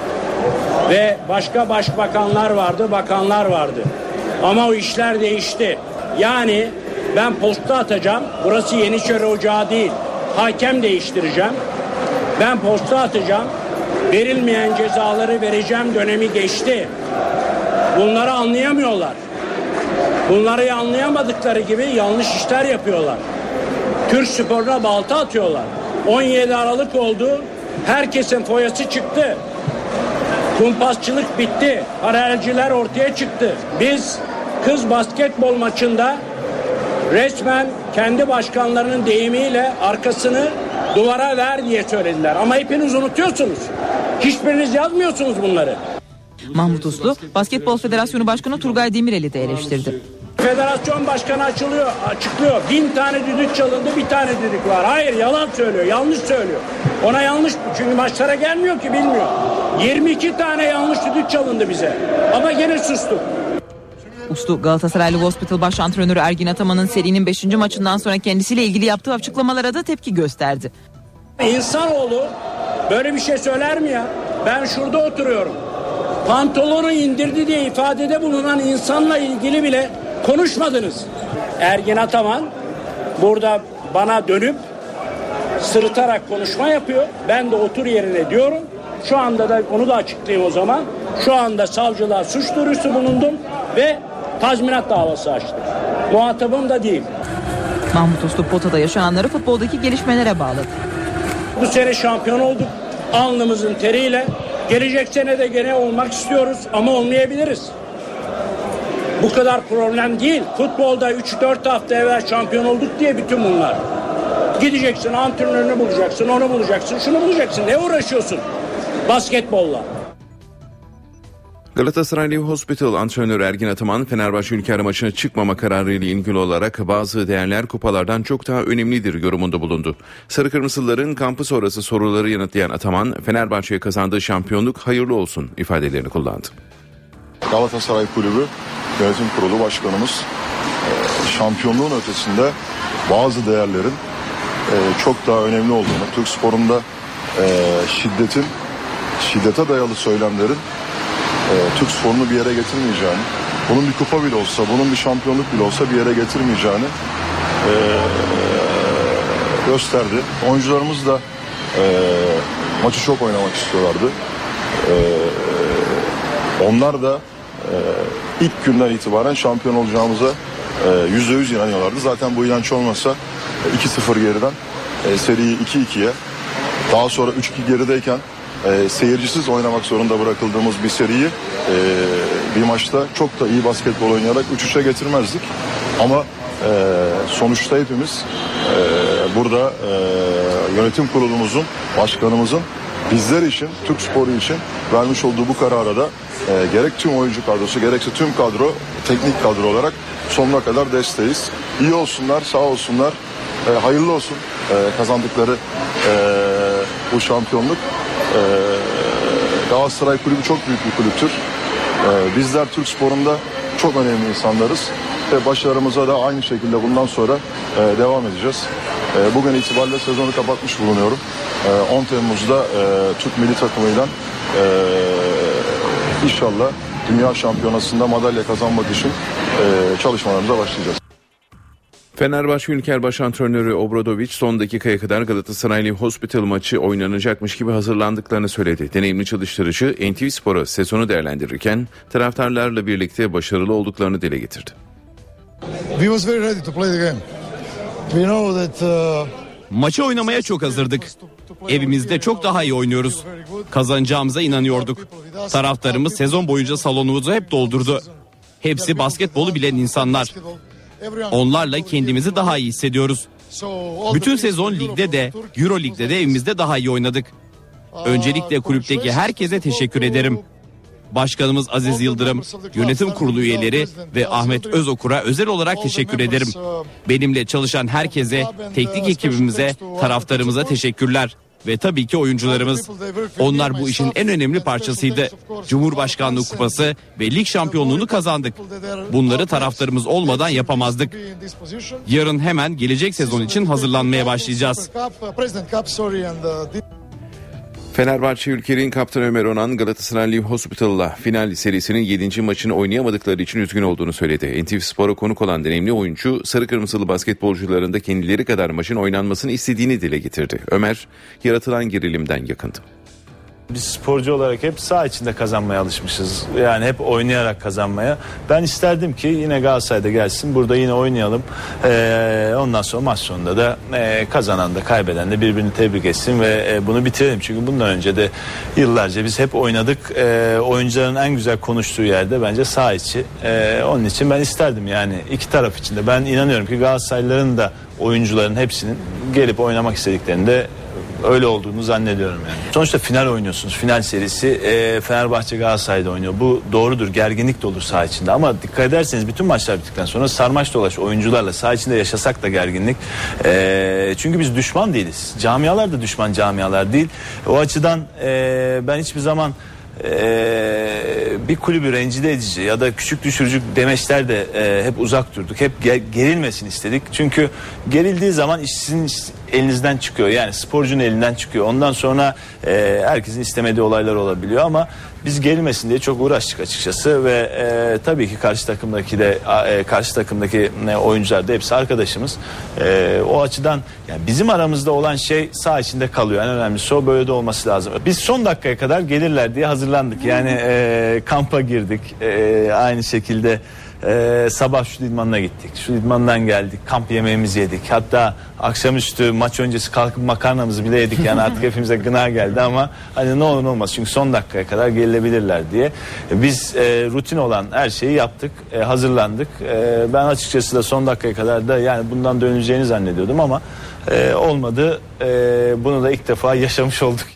Ve başka başbakanlar vardı, bakanlar vardı. Ama o işler değişti. Yani ben posta atacağım. Burası Yeniçeri Ocağı değil. Hakem değiştireceğim. Ben posta atacağım. Verilmeyen cezaları vereceğim dönemi geçti. Bunları anlayamıyorlar. Bunları anlayamadıkları gibi yanlış işler yapıyorlar. Türk sporuna balta atıyorlar. on yedi Aralık oldu. Herkesin foyası çıktı. Kumpasçılık bitti. Paralelciler ortaya çıktı. Biz kız basketbol maçında resmen kendi başkanlarının deyimiyle arkasını duvara ver diye söylediler. Ama hepiniz unutuyorsunuz. Hiçbiriniz yazmıyorsunuz bunları. Mahmut Uslu, Basketbol Federasyonu Başkanı Turgay Demirel'i de eleştirdi. Federasyon başkanı açılıyor, açıklıyor. Bin tane düdük çalındı, bir tane düdük var. Hayır, yalan söylüyor, yanlış söylüyor. Ona yanlış, çünkü maçlara gelmiyor ki, bilmiyor. yirmi iki tane yanlış düdük çalındı bize. Ama gene sustuk. Uslu, Galatasaray Live Hospital baş antrenörü Ergin Ataman'ın serinin beşinci maçından sonra kendisiyle ilgili yaptığı açıklamalara da tepki gösterdi. İnsanoğlu böyle bir şey söyler mi ya? Ben şurada oturuyorum. Pantolonu indirdi diye ifadede bulunan insanla ilgili bile konuşmadınız. Ergin Ataman burada bana dönüp sırıtarak konuşma yapıyor. Ben de otur yerine diyorum. Şu anda da onu da açıklayayım o zaman. Şu anda savcılar suç duyurusu bulundum ve tazminat davası açtı. Muhatabım da değil. Mahmut Uslu potada yaşananları futboldaki gelişmelere bağladı. Bu sene şampiyon olduk. Alnımızın teriyle. Gelecek sene de gene olmak istiyoruz ama olmayabiliriz. Bu kadar problem değil. Futbolda üç dört hafta evvel şampiyon olduk diye bütün bunlar. Gideceksin, antrenörünü bulacaksın, onu bulacaksın, şunu bulacaksın. Ne uğraşıyorsun basketbolla? Galatasaray Live Hospital antrenörü Ergin Ataman, Fenerbahçe Ülker maçına çıkmama kararı ile ilgili olarak bazı değerler kupalardan çok daha önemlidir yorumunda bulundu. Sarı Kırmızılıların kampı sonrası soruları yanıtlayan Ataman, Fenerbahçe'ye kazandığı şampiyonluk hayırlı olsun ifadelerini kullandı. Galatasaray Kulübü Yönetim Kurulu Başkanımız şampiyonluğun ötesinde bazı değerlerin çok daha önemli olduğunu, Türk sporunda şiddetin, şiddete dayalı söylemlerin Türk sporunu bir yere getirmeyeceğini, bunun bir kupa bile olsa, bunun bir şampiyonluk bile olsa bir yere getirmeyeceğini e, gösterdi. Oyuncularımız da e, maçı çok oynamak istiyorlardı. E, onlar da e, ilk günden itibaren şampiyon olacağımıza yüzde yüz inanıyorlardı. Zaten bu inanç olmasa iki sıfır geriden e, seriyi iki ikiye, daha sonra üç iki gerideyken E, seyircisiz oynamak zorunda bırakıldığımız bir seriyi e, bir maçta çok da iyi basketbol oynayarak üç üçe getirmezdik. Ama e, sonuçta hepimiz e, burada e, yönetim kurulumuzun, başkanımızın bizler için, Türk sporu için vermiş olduğu bu karara da e, gerek tüm oyuncu kadrosu gerekse tüm kadro, teknik kadro olarak sonuna kadar desteğiz. İyi olsunlar, sağ olsunlar, e, hayırlı olsun e, kazandıkları e, bu şampiyonluk. E, Galatasaray Kulübü çok büyük bir kulüptür. E, bizler Türk sporunda çok önemli insanlarız ve başarımıza da aynı şekilde bundan sonra e, devam edeceğiz. E, bugün itibariyle sezonu kapatmış bulunuyorum. E, on Temmuz'da e, Türk milli takımıyla e, inşallah Dünya Şampiyonası'nda madalya kazanmak için e, çalışmalarımıza başlayacağız. Fenerbahçe Ülker Baş Antrenörü Obradović son dakikaya kadar Galatasaray Live Hospital maçı oynanacakmış gibi hazırlandıklarını söyledi. Deneyimli çalıştırıcı N T V Spor'a sezonu değerlendirirken taraftarlarla birlikte başarılı olduklarını dile getirdi. We was very ready to play the game. We know that uh... Maçı oynamaya çok hazırdık. Evimizde çok daha iyi oynuyoruz. Kazanacağımıza inanıyorduk. Taraftarımız sezon boyunca salonumuzu hep doldurdu. Hepsi basketbolu bilen insanlar. Onlarla kendimizi daha iyi hissediyoruz. Bütün sezon ligde de, Euro Lig'de de evimizde daha iyi oynadık. Öncelikle kulüpteki herkese teşekkür ederim. Başkanımız Aziz Yıldırım, yönetim kurulu üyeleri ve Ahmet Özokur'a özel olarak teşekkür ederim. Benimle çalışan herkese, teknik ekibimize, taraftarımıza teşekkürler. Ve tabii ki oyuncularımız. Onlar bu işin en önemli parçasıydı. Cumhurbaşkanlığı kupası ve lig şampiyonluğunu kazandık. Bunları taraftarımız olmadan yapamazdık. Yarın hemen gelecek sezon için hazırlanmaya başlayacağız. Fenerbahçe Ülker'in kaptanı Ömer Onan Galatasaray Live Hospital'la final serisinin yedinci maçını oynayamadıkları için üzgün olduğunu söyledi. N T V Spor'a konuk olan deneyimli oyuncu sarı kırmızılı basketbolcuların da kendileri kadar maçın oynanmasını istediğini dile getirdi. Ömer yaratılan gerilimden yakındı. Biz sporcu olarak hep saha içinde kazanmaya alışmışız. Yani hep oynayarak kazanmaya. Ben isterdim ki yine Galatasaray'da gelsin. Burada yine oynayalım. Ee, ondan sonra maç sonunda da e, kazanan da kaybeden de birbirini tebrik etsin ve e, bunu bitirelim. Çünkü bundan önce de yıllarca biz hep oynadık. E, oyuncuların en güzel konuştuğu yerde bence saha içi. E, onun için ben isterdim yani iki taraf için de. Ben inanıyorum ki Galatasaraylıların da oyuncuların hepsinin gelip oynamak istediklerinde öyle olduğunu zannediyorum yani. Sonuçta final oynuyorsunuz. Final serisi e, Fenerbahçe Galatasaray'da oynuyor. Bu doğrudur. Gerginlik de olur saha içinde. Ama dikkat ederseniz bütün maçlar bittikten sonra sarmaş dolaş oyuncularla saha içinde yaşasak da gerginlik. E, çünkü biz düşman değiliz. Camialar da düşman camialar değil. O açıdan e, ben hiçbir zaman Ee, bir kulübü rencide edici ya da küçük düşürücü demeçler de e, hep uzak durduk. Hep ger- gerilmesin istedik. Çünkü gerildiği zaman iş sizin elinizden çıkıyor. Yani sporcunun elinden çıkıyor. Ondan sonra e, herkesin istemediği olaylar olabiliyor ama biz gerilmesin diye çok uğraştık açıkçası ve e, tabii ki karşı takımdaki de e, karşı takımdaki e, oyuncular da hepsi arkadaşımız. E, o açıdan yani bizim aramızda olan şey saha içinde kalıyor. En önemlisi o, böyle de olması lazım. Biz son dakikaya kadar gelirler diye hazırlandık. Yani e, kampa girdik. E, aynı şekilde Ee, sabah şu idmanına gittik. Şu idmandan geldik. Kamp yemeğimizi yedik. Hatta akşamüstü maç öncesi kalkıp makarnamızı bile yedik. Yani artık hepimize gına geldi ama hani ne olur ne olmaz. Çünkü son dakikaya kadar gelebilirler diye. Biz e, rutin olan her şeyi yaptık. E, hazırlandık. E, ben açıkçası da son dakikaya kadar da yani bundan döneceğini zannediyordum ama e, olmadı. E, bunu da ilk defa yaşamış olduk.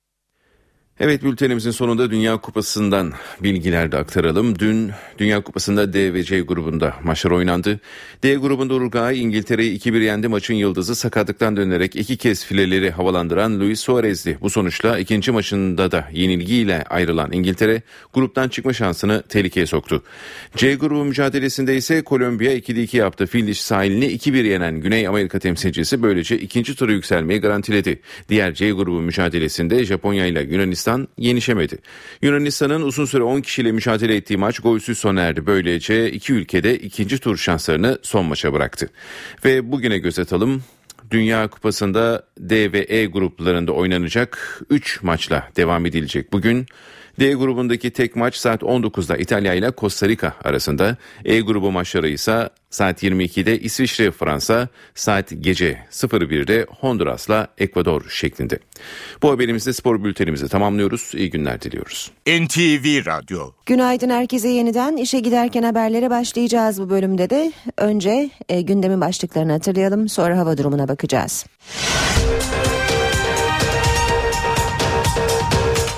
Evet, bültenimizin sonunda Dünya Kupası'ndan bilgiler de aktaralım. Dün Dünya Kupası'nda D ve C grubunda maçlar oynandı. D grubunda Uruguay İngiltere'yi iki bir yendi. Maçın yıldızı sakatlıktan dönerek iki kez fileleri havalandıran Luis Suarez'di. Bu sonuçla ikinci maçında da yenilgiyle ayrılan İngiltere gruptan çıkma şansını tehlikeye soktu. C grubu mücadelesinde ise Kolombiya ikide iki yaptı. Fil dişi sahilini iki bir yenen Güney Amerika temsilcisi böylece ikinci tura yükselmeyi garantiledi. Diğer C grubu mücadelesinde Japonya ile Yunanistan yenişemedi. Yunanistan'ın uzun süre on kişiyle mücadele ettiği maç golsüz sona erdi. Böylece iki ülkede ikinci tur şanslarını son maça bıraktı. Ve bugüne göz atalım. Dünya Kupası'nda D ve E gruplarında oynanacak üç maçla devam edilecek bugün. D grubundaki tek maç saat on dokuzda İtalya ile Costa Rica arasında. E grubu maçları ise saat yirmi ikide İsviçre Fransa, saat gece sıfır birde Honduras'la Ekvador şeklinde. Bu haberimizde spor bültenimizi tamamlıyoruz. İyi günler diliyoruz. N T V Radyo. Günaydın herkese, yeniden işe giderken haberlere başlayacağız bu bölümde de. Önce e, gündemin başlıklarını hatırlayalım, sonra hava durumuna bakacağız.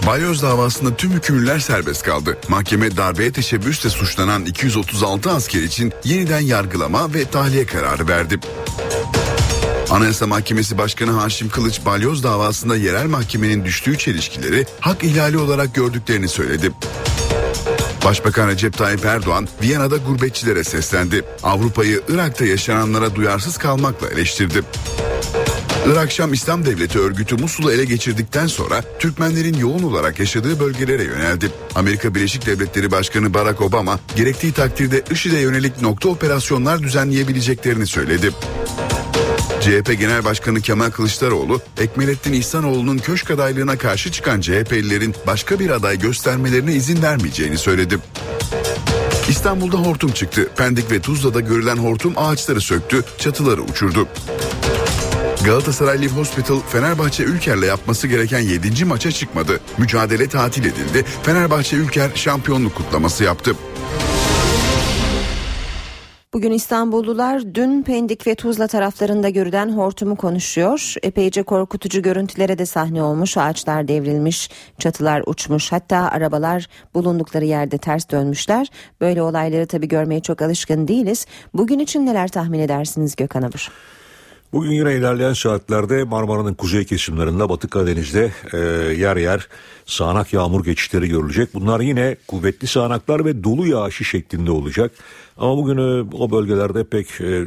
Balyoz davasında tüm hükümlüler serbest kaldı. Mahkeme darbeye teşebbüsle suçlanan iki yüz otuz altı asker için yeniden yargılama ve tahliye kararı verdi. Anayasa Mahkemesi Başkanı Haşim Kılıç, Balyoz davasında yerel mahkemenin düştüğü çelişkileri hak ihlali olarak gördüklerini söyledi. Başbakan Recep Tayyip Erdoğan, Viyana'da gurbetçilere seslendi. Avrupa'yı Irak'ta yaşananlara duyarsız kalmakla eleştirdi. Irak Şam İslam Devleti örgütü Musul'u ele geçirdikten sonra Türkmenlerin yoğun olarak yaşadığı bölgelere yöneldi. Amerika Birleşik Devletleri Başkanı Barack Obama, gerektiği takdirde IŞİD'e yönelik nokta operasyonlar düzenleyebileceklerini söyledi. C H P Genel Başkanı Kemal Kılıçdaroğlu, Ekmelettin İhsanoğlu'nun köşk adaylığına karşı çıkan C H P'lilerin başka bir aday göstermelerine izin vermeyeceğini söyledi. İstanbul'da hortum çıktı. Pendik ve Tuzla'da görülen hortum ağaçları söktü, çatıları uçurdu. Galatasaray Live Hospital, Fenerbahçe Ülker'le yapması gereken yedinci maça çıkmadı. Mücadele tatil edildi. Fenerbahçe Ülker şampiyonluk kutlaması yaptı. Bugün İstanbullular dün Pendik ve Tuzla taraflarında görülen hortumu konuşuyor. Epeyce korkutucu görüntülere de sahne olmuş. Ağaçlar devrilmiş, çatılar uçmuş. Hatta arabalar bulundukları yerde ters dönmüşler. Böyle olayları tabii görmeye çok alışkın değiliz. Bugün için neler tahmin edersiniz Gökhan Abur? Bugün yine ilerleyen saatlerde Marmara'nın kuzey kesimlerinde, Batı Karadeniz'de e, yer yer sağanak yağmur geçişleri görülecek. Bunlar yine kuvvetli sağanaklar ve dolu yağışı şeklinde olacak. Ama bugün e, o bölgelerde pek e,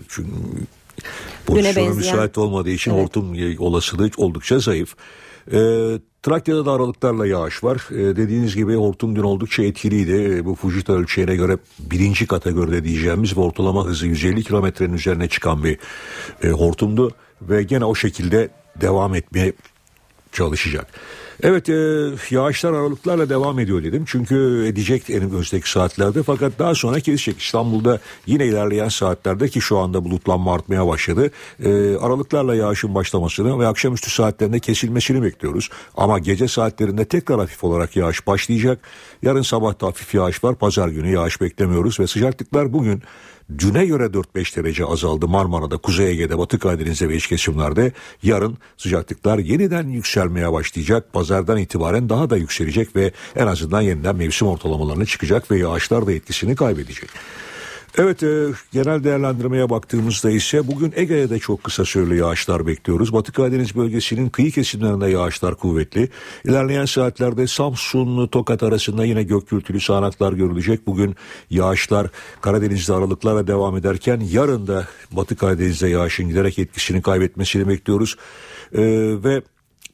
pozisyonu müsait olmadığı için evet, hortum olasılığı oldukça zayıf. E, Trakya'da da aralıklarla yağış var. E, dediğiniz gibi hortum dün oldukça etkiliydi. E, bu Fujita ölçeğine göre birinci kategoride diyeceğimiz ve ortalama hızı yüz elli kilometrenin üzerine çıkan bir e, hortumdu. Ve gene o şekilde devam etmeye çalışacak. Evet, e, yağışlar aralıklarla devam ediyor dedim. Çünkü edecek en önümüzdeki saatlerde, fakat daha sonra kesecek. İstanbul'da yine ilerleyen saatlerde, ki şu anda bulutlanma artmaya başladı, e, aralıklarla yağışın başlamasını ve akşamüstü saatlerinde kesilmesini bekliyoruz. Ama gece saatlerinde tekrar hafif olarak yağış başlayacak. Yarın sabah da hafif yağış var. Pazar günü yağış beklemiyoruz ve sıcaklıklar bugün düne göre dört beş derece azaldı Marmara'da, Kuzey Ege'de, Batı Karadeniz'de ve iç kesimlerde. Yarın sıcaklıklar yeniden yükselmeye başlayacak. Pazardan itibaren daha da yükselecek ve en azından yeniden mevsim ortalamalarına çıkacak ve yağışlar da etkisini kaybedecek. Evet, e, genel değerlendirmeye baktığımızda ise bugün Ege'de de çok kısa süreli yağışlar bekliyoruz. Batı Karadeniz bölgesinin kıyı kesimlerinde yağışlar kuvvetli. İlerleyen saatlerde Samsun, Tokat arasında yine gök gürültülü sağanaklar görülecek. Bugün yağışlar Karadeniz'de aralıklarla devam ederken yarın da Batı Karadeniz'de yağışın giderek etkisini kaybetmesini bekliyoruz. E, ve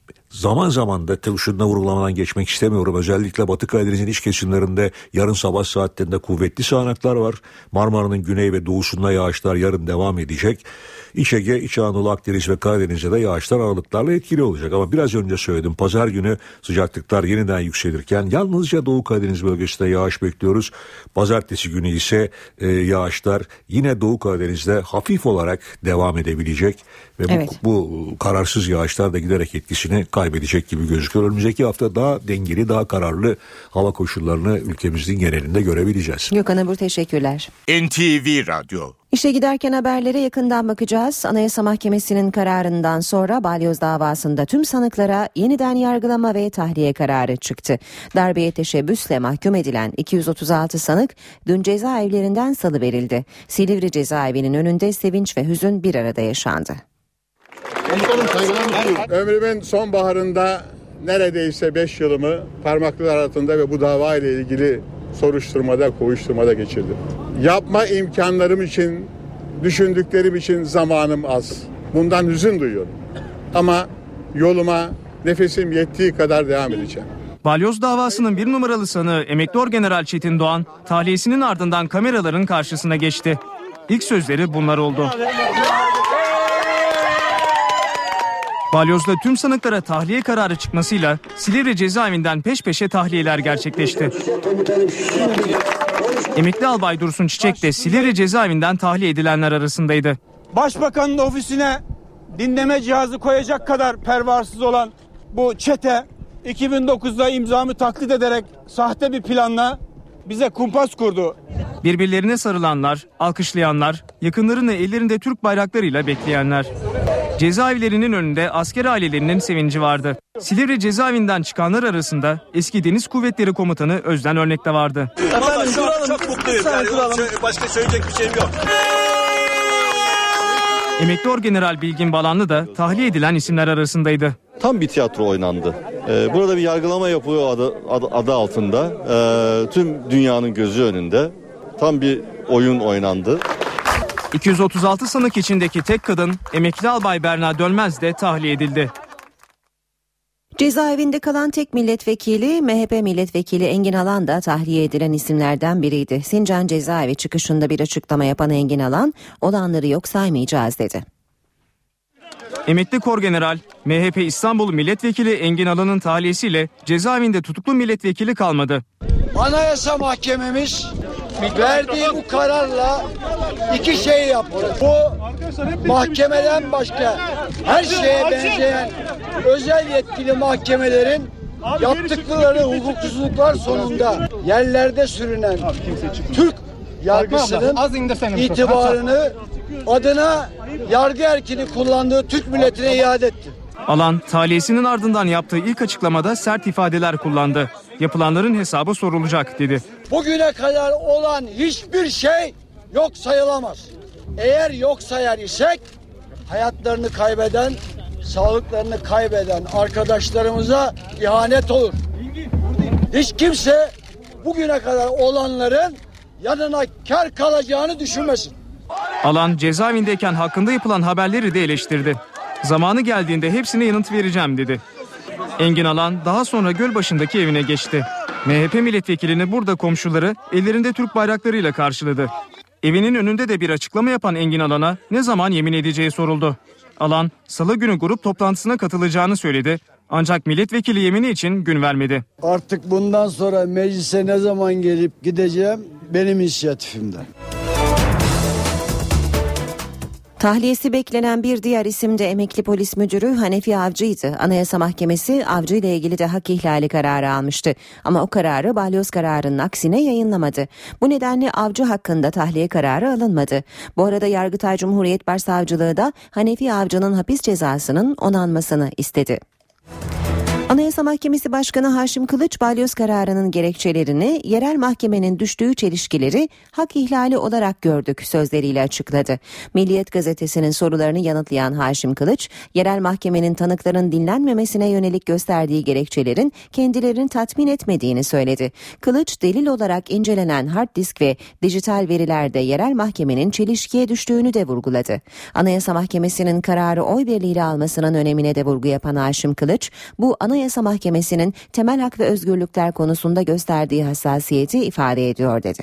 Zaman zaman da şununla vurgulamadan geçmek istemiyorum. Özellikle Batı Karadeniz'in iç kesimlerinde yarın sabah saatlerinde kuvvetli sağanaklar var. Marmara'nın güney ve doğusunda yağışlar yarın devam edecek. İç Ege, İç Anadolu, Akdeniz ve Karadeniz'de de yağışlar aralıklarla etkili olacak. Ama biraz önce söyledim, pazar günü sıcaklıklar yeniden yükselirken yalnızca Doğu Karadeniz bölgesinde yağış bekliyoruz. Pazartesi günü ise e, yağışlar yine Doğu Karadeniz'de hafif olarak devam edebilecek. Ve evet, bu, bu kararsız yağışlar da giderek etkisini kaybedecek gibi gözüküyor. Önümüzdeki hafta daha dengeli, daha kararlı hava koşullarını ülkemizin genelinde görebileceğiz. Gökhan Abur, teşekkürler. N T V Radyo. İşe giderken haberlere yakından bakacağız. Anayasa Mahkemesi'nin kararından sonra Balyoz davasında tüm sanıklara yeniden yargılama ve tahliye kararı çıktı. Darbeye teşebbüsle mahkum edilen iki yüz otuz altı sanık dün cezaevlerinden salıverildi. Silivri cezaevinin önünde sevinç ve hüzün bir arada yaşandı. Ömrümün sonbaharında neredeyse beş yılımı parmaklılar altında ve bu dava ile ilgili soruşturmada, kovuşturmada geçirdim. Yapma imkanlarım için, düşündüklerim için zamanım az. Bundan hüzün duyuyorum. Ama yoluma nefesim yettiği kadar devam edeceğim. Balyoz davasının bir numaralı sanığı emekli orgeneral Çetin Doğan, tahliyesinin ardından kameraların karşısına geçti. İlk sözleri bunlar oldu. Balyoz'da tüm sanıklara tahliye kararı çıkmasıyla Silivri cezaevinden peş peşe tahliyeler gerçekleşti. Emekli albay Dursun Çiçek de Silivri cezaevinden tahliye edilenler arasındaydı. Başbakanın ofisine dinleme cihazı koyacak kadar pervasız olan bu çete iki bin dokuzda imzamı taklit ederek sahte bir planla bize kumpas kurdu. Birbirlerine sarılanlar, alkışlayanlar, yakınlarını ellerinde Türk bayraklarıyla bekleyenler. Cezaevlerinin önünde asker ailelerinin sevinci vardı. Silivri cezaevinden çıkanlar arasında eski Deniz Kuvvetleri Komutanı Özden Örnek de vardı. Efendim, şu an çok mutluyum. Yani başka söyleyecek bir şeyim yok. Emekli Orgeneral Bilgin Balanlı da tahliye edilen isimler arasındaydı. Tam bir tiyatro oynandı. Ee, burada bir yargılama yapılıyor adı, adı, adı altında. Ee, tüm dünyanın gözü önünde. Tam bir oyun oynandı. iki yüz otuz altı sanık içindeki tek kadın emekli albay Berna Dönmez de tahliye edildi. Cezaevinde kalan tek milletvekili M H P milletvekili Engin Alan da tahliye edilen isimlerden biriydi. Sincan cezaevi çıkışında bir açıklama yapan Engin Alan, olanları yok saymayacağız dedi. Emekli Korgeneral M H P İstanbul Milletvekili Engin Alan'ın tahliyesiyle cezaevinde tutuklu milletvekili kalmadı. Anayasa Mahkememiz verdiği bu kararla iki şey yaptı. Bu mahkemeden başka her şeye benzeyen özel yetkili mahkemelerin yaptıkları hukuksuzluklar sonunda yerlerde sürünen Türk yargısının itibarını adına yargı erkini kullandığı Türk milletine iade etti. Alan tahliyesinin ardından yaptığı ilk açıklamada sert ifadeler kullandı. Yapılanların hesabı sorulacak dedi. Bugüne kadar olan hiçbir şey yok sayılamaz. Eğer yok sayar isek hayatlarını kaybeden, sağlıklarını kaybeden arkadaşlarımıza ihanet olur. Hiç kimse bugüne kadar olanların yanına kar kalacağını düşünmesin. Alan cezaevindeyken hakkında yapılan haberleri de eleştirdi. Zamanı geldiğinde hepsine yanıt vereceğim dedi. Engin Alan daha sonra Gölbaşı'ndaki evine geçti. M H P milletvekilini burada komşuları ellerinde Türk bayraklarıyla karşıladı. Evinin önünde de bir açıklama yapan Engin Alan'a ne zaman yemin edeceği soruldu. Alan, Salı günü grup toplantısına katılacağını söyledi. Ancak milletvekili yemini için gün vermedi. Artık bundan sonra meclise ne zaman gelip gideceğim benim inisiyatifimden. Tahliyesi beklenen bir diğer isim de emekli polis müdürü Hanefi Avcı'ydı. Anayasa Mahkemesi Avcı ile ilgili de hak ihlali kararı almıştı. Ama o kararı balyoz kararının aksine yayınlamadı. Bu nedenle Avcı hakkında tahliye kararı alınmadı. Bu arada Yargıtay Cumhuriyet Başsavcılığı da Hanefi Avcı'nın hapis cezasının onanmasını istedi. Anayasa Mahkemesi Başkanı Haşim Kılıç, balyoz kararının gerekçelerini yerel mahkemenin düştüğü çelişkileri hak ihlali olarak gördük sözleriyle açıkladı. Milliyet gazetesinin sorularını yanıtlayan Haşim Kılıç, yerel mahkemenin tanıkların dinlenmemesine yönelik gösterdiği gerekçelerin kendilerini tatmin etmediğini söyledi. Kılıç, delil olarak incelenen hard disk ve dijital verilerde yerel mahkemenin çelişkiye düştüğünü de vurguladı. Anayasa Mahkemesi'nin kararı oy birliğiyle almasının önemine de vurgu yapan Haşim Kılıç, bu Anayasa Mahkemesi'nin temel hak ve özgürlükler konusunda gösterdiği hassasiyeti ifade ediyor dedi.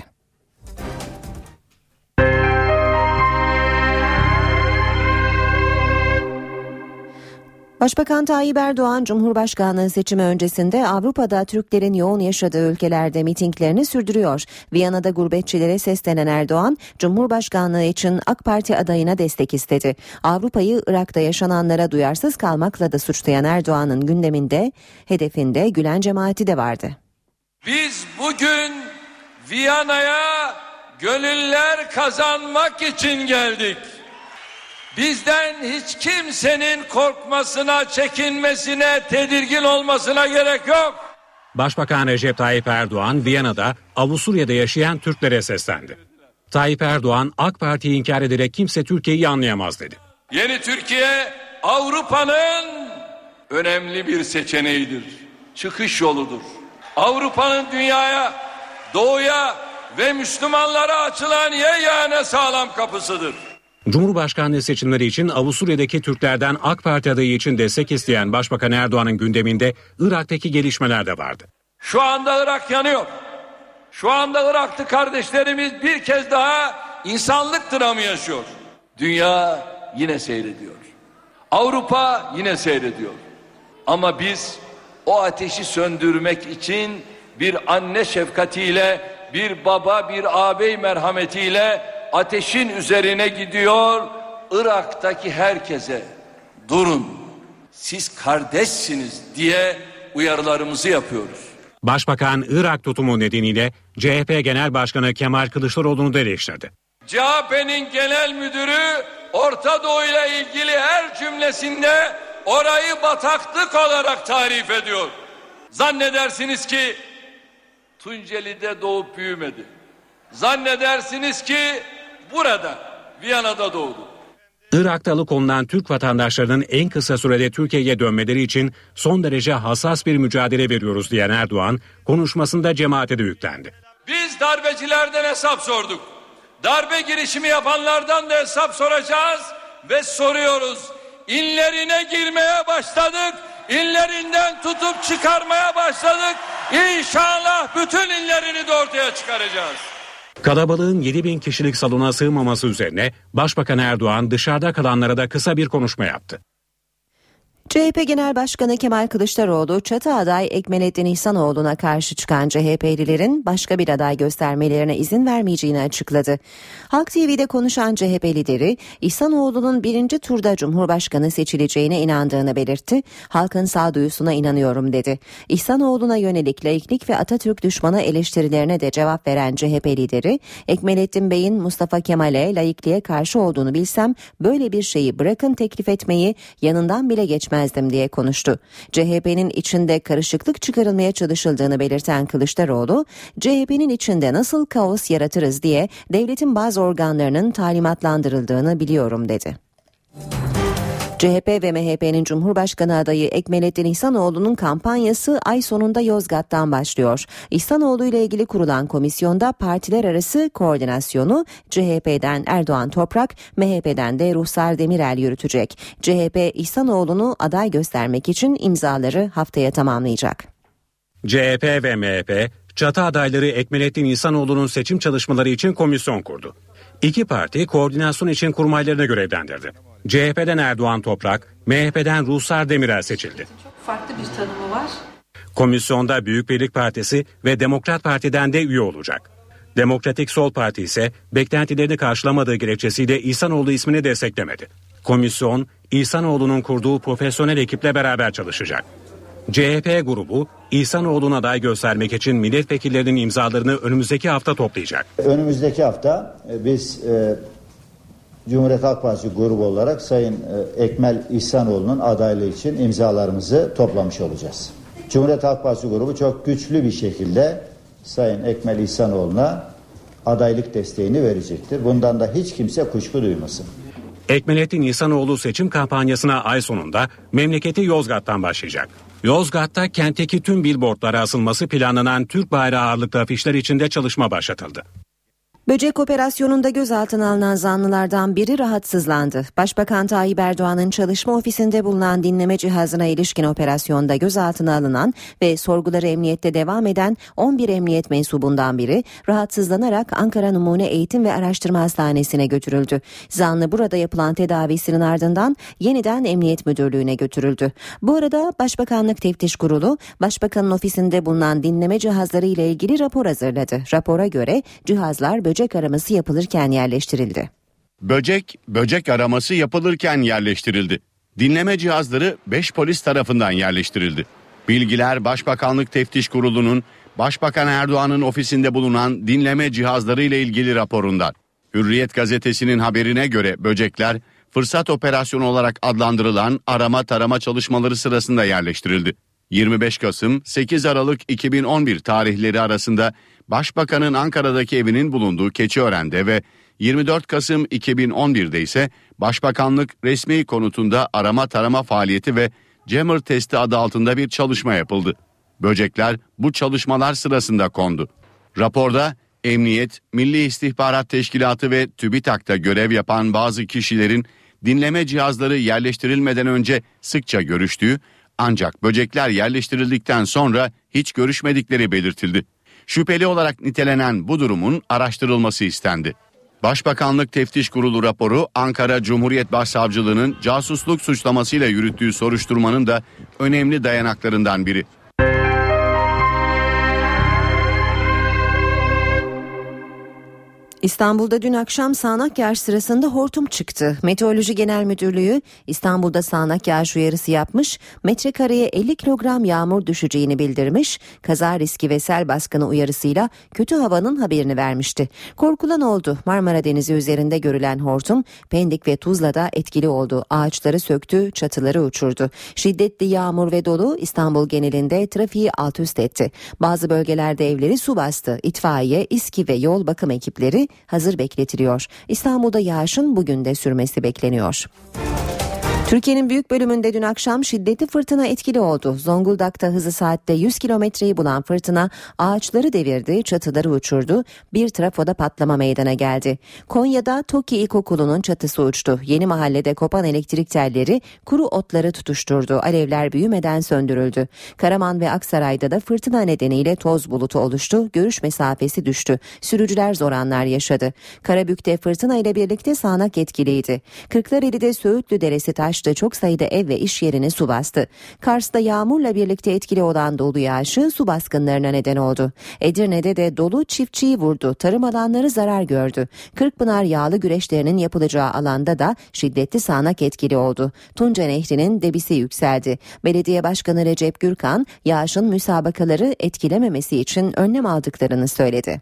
Başbakan Tayyip Erdoğan, Cumhurbaşkanlığı seçimi öncesinde Avrupa'da Türklerin yoğun yaşadığı ülkelerde mitinglerini sürdürüyor. Viyana'da gurbetçilere seslenen Erdoğan, Cumhurbaşkanlığı için AK Parti adayına destek istedi. Avrupa'yı Irak'ta yaşananlara duyarsız kalmakla da suçlayan Erdoğan'ın gündeminde, hedefinde Gülen cemaati de vardı. Biz bugün Viyana'ya gönüller kazanmak için geldik. Bizden hiç kimsenin korkmasına, çekinmesine, tedirgin olmasına gerek yok. Başbakan Recep Tayyip Erdoğan, Viyana'da Avusturya'da yaşayan Türklere seslendi. Tayyip Erdoğan, AK Parti'yi inkar ederek kimse Türkiye'yi anlayamaz dedi. Yeni Türkiye, Avrupa'nın önemli bir seçeneğidir, çıkış yoludur. Avrupa'nın dünyaya, doğuya ve Müslümanlara açılan yegane sağlam kapısıdır. Cumhurbaşkanlığı seçimleri için Avusturya'daki Türklerden AK Parti adayı için destek isteyen Başbakan Erdoğan'ın gündeminde Irak'taki gelişmeler de vardı. Şu anda Irak yanıyor. Şu anda Iraklı kardeşlerimiz bir kez daha insanlık dramı yaşıyor. Dünya yine seyrediyor. Avrupa yine seyrediyor. Ama biz o ateşi söndürmek için bir anne şefkatiyle, bir baba, bir ağabey merhametiyle ateşin üzerine gidiyor, Irak'taki herkese durun, siz kardeşsiniz diye uyarılarımızı yapıyoruz. Başbakan Irak tutumu nedeniyle C H P Genel Başkanı Kemal Kılıçdaroğlu'nu da eleştirdi. C H P'nin genel müdürü Orta Doğu ile ilgili her cümlesinde orayı bataklık olarak tarif ediyor. Zannedersiniz ki Tunceli'de doğup büyümedi. Zannedersiniz ki burada, Viyana'da doğdu. Irak'ta alıkonulan Türk vatandaşlarının en kısa sürede Türkiye'ye dönmeleri için son derece hassas bir mücadele veriyoruz diyen Erdoğan, konuşmasında cemaate de yüklendi. Biz darbecilerden hesap sorduk. Darbe girişimi yapanlardan da hesap soracağız ve soruyoruz. İnlerine girmeye başladık. İnlerinden tutup çıkarmaya başladık. İnşallah bütün inlerini de ortaya çıkaracağız. Kalabalığın yedi bin kişilik salona sığmaması üzerine Başbakan Erdoğan dışarıda kalanlara da kısa bir konuşma yaptı. C H P Genel Başkanı Kemal Kılıçdaroğlu, çatı aday Ekmelettin İhsanoğlu'na karşı çıkan C H P'lilerin başka bir aday göstermelerine izin vermeyeceğini açıkladı. Halk T V'de konuşan C H P lideri, İhsanoğlu'nun birinci turda Cumhurbaşkanı seçileceğine inandığını belirtti. Halkın sağduyusuna inanıyorum dedi. İhsanoğlu'na yönelik laiklik ve Atatürk düşmanı eleştirilerine de cevap veren C H P lideri, Ekmelettin Bey'in Mustafa Kemal'e laikliğe karşı olduğunu bilsem böyle bir şeyi bırakın teklif etmeyi yanından bile geçmez diye konuştu. C H P'nin içinde karışıklık çıkarılmaya çalışıldığını belirten Kılıçdaroğlu, C H P'nin içinde nasıl kaos yaratırız diye devletin bazı organlarının talimatlandırıldığını biliyorum dedi. C H P ve M H P'nin Cumhurbaşkanı adayı Ekmelettin İhsanoğlu'nun kampanyası ay sonunda Yozgat'tan başlıyor. İhsanoğlu ile ilgili kurulan komisyonda partiler arası koordinasyonu C H P'den Erdoğan Toprak, M H P'den de Ruhsar Demirel yürütecek. C H P İhsanoğlu'nu aday göstermek için imzaları haftaya tamamlayacak. C H P ve M H P, çatı adayları Ekmelettin İhsanoğlu'nun seçim çalışmaları için komisyon kurdu. İki parti koordinasyon için kurmaylarını görevlendirdi. C H P'den Erdoğan Toprak, M H P'den Ruhsar Demirel seçildi. Çok farklı bir tanımı var. Komisyonda Büyük Birlik Partisi ve Demokrat Parti'den de üye olacak. Demokratik Sol Parti ise beklentilerini karşılamadığı gerekçesiyle İhsanoğlu ismini desteklemedi. Komisyon, İhsanoğlu'nun kurduğu profesyonel ekiple beraber çalışacak. C H P grubu, İhsanoğlu'na aday göstermek için milletvekillerinin imzalarını önümüzdeki hafta toplayacak. Önümüzdeki hafta biz e, Cumhuriyet Halk Partisi grubu olarak Sayın e, Ekmel İhsanoğlu'nun adaylığı için imzalarımızı toplamış olacağız. Cumhuriyet Halk Partisi grubu çok güçlü bir şekilde Sayın Ekmel İhsanoğlu'na adaylık desteğini verecektir. Bundan da hiç kimse kuşku duymasın. Ekmelettin İhsanoğlu seçim kampanyasına ay sonunda memleketi Yozgat'tan başlayacak. Yozgat'ta kentteki tüm billboardlara asılması planlanan Türk bayrağı ağırlıklı afişler içinde çalışma başlatıldı. Böcek operasyonunda gözaltına alınan zanlılardan biri rahatsızlandı. Başbakan Tayyip Erdoğan'ın çalışma ofisinde bulunan dinleme cihazına ilişkin operasyonda gözaltına alınan ve sorguları emniyette devam eden on bir emniyet mensubundan biri rahatsızlanarak Ankara Numune Eğitim ve Araştırma Hastanesi'ne götürüldü. Zanlı burada yapılan tedavisinin ardından yeniden Emniyet Müdürlüğü'ne götürüldü. Bu arada Başbakanlık Teftiş Kurulu, Başbakanın ofisinde bulunan dinleme cihazları ile ilgili rapor hazırladı. Rapora göre cihazlar böcek araması yapılırken yerleştirildi. Böcek, böcek araması yapılırken yerleştirildi. Dinleme cihazları beş polis tarafından yerleştirildi. Bilgiler Başbakanlık Teftiş Kurulu'nun Başbakan Erdoğan'ın ofisinde bulunan dinleme cihazları ile ilgili raporundan. Hürriyet gazetesinin haberine göre böcekler fırsat operasyonu olarak adlandırılan arama tarama çalışmaları sırasında yerleştirildi. yirmi beş Kasım sekiz Aralık iki bin on bir tarihleri arasında Başbakanın Ankara'daki evinin bulunduğu Keçiören'de ve yirmi dört Kasım iki bin on birde ise Başbakanlık resmi konutunda arama tarama faaliyeti ve jammer testi adı altında bir çalışma yapıldı. Böcekler bu çalışmalar sırasında kondu. Raporda Emniyet, Milli İstihbarat Teşkilatı ve TÜBİTAK'ta görev yapan bazı kişilerin dinleme cihazları yerleştirilmeden önce sıkça görüştüğü, ancak böcekler yerleştirildikten sonra hiç görüşmedikleri belirtildi. Şüpheli olarak nitelenen bu durumun araştırılması istendi. Başbakanlık Teftiş Kurulu raporu Ankara Cumhuriyet Başsavcılığı'nın casusluk suçlamasıyla yürüttüğü soruşturmanın da önemli dayanaklarından biri. İstanbul'da dün akşam sağanak yağış sırasında hortum çıktı. Meteoroloji Genel Müdürlüğü İstanbul'da sağanak yağış uyarısı yapmış, metrekareye elli kilogram yağmur düşeceğini bildirmiş, kaza riski ve sel baskını uyarısıyla kötü havanın haberini vermişti. Korkulan oldu. Marmara Denizi üzerinde görülen hortum Pendik ve Tuzla'da etkili oldu. Ağaçları söktü, çatıları uçurdu. Şiddetli yağmur ve dolu İstanbul genelinde trafiği alt üst etti. Bazı bölgelerde evleri su bastı. İtfaiye, İSKİ ve yol bakım ekipleri hazır bekletiliyor. İstanbul'da yağışın bugün de sürmesi bekleniyor. Türkiye'nin büyük bölümünde dün akşam şiddetli fırtına etkili oldu. Zonguldak'ta hızı saatte yüz kilometreyi bulan fırtına ağaçları devirdi, çatıları uçurdu. Bir trafoda patlama meydana geldi. Konya'da TOKİ İlkokulu'nun çatısı uçtu. Yeni Mahalle'de kopan elektrik telleri kuru otları tutuşturdu. Alevler büyümeden söndürüldü. Karaman ve Aksaray'da da fırtına nedeniyle toz bulutu oluştu. Görüş mesafesi düştü. Sürücüler zor anlar yaşadı. Karabük'te fırtına ile birlikte sağanak etkiliydi. Kırklareli'de Söğütlü Deresi taştı. Çok sayıda ev ve iş yerini su bastı. Kars'ta yağmurla birlikte etkili olan dolu yağışı su baskınlarına neden oldu. Edirne'de de dolu çiftçiyi vurdu. Tarım alanları zarar gördü. Kırkpınar yağlı güreşlerinin yapılacağı alanda da şiddetli sağanak etkili oldu. Tunca Nehri'nin debisi yükseldi. Belediye Başkanı Recep Gürkan, yağışın müsabakaları etkilememesi için önlem aldıklarını söyledi.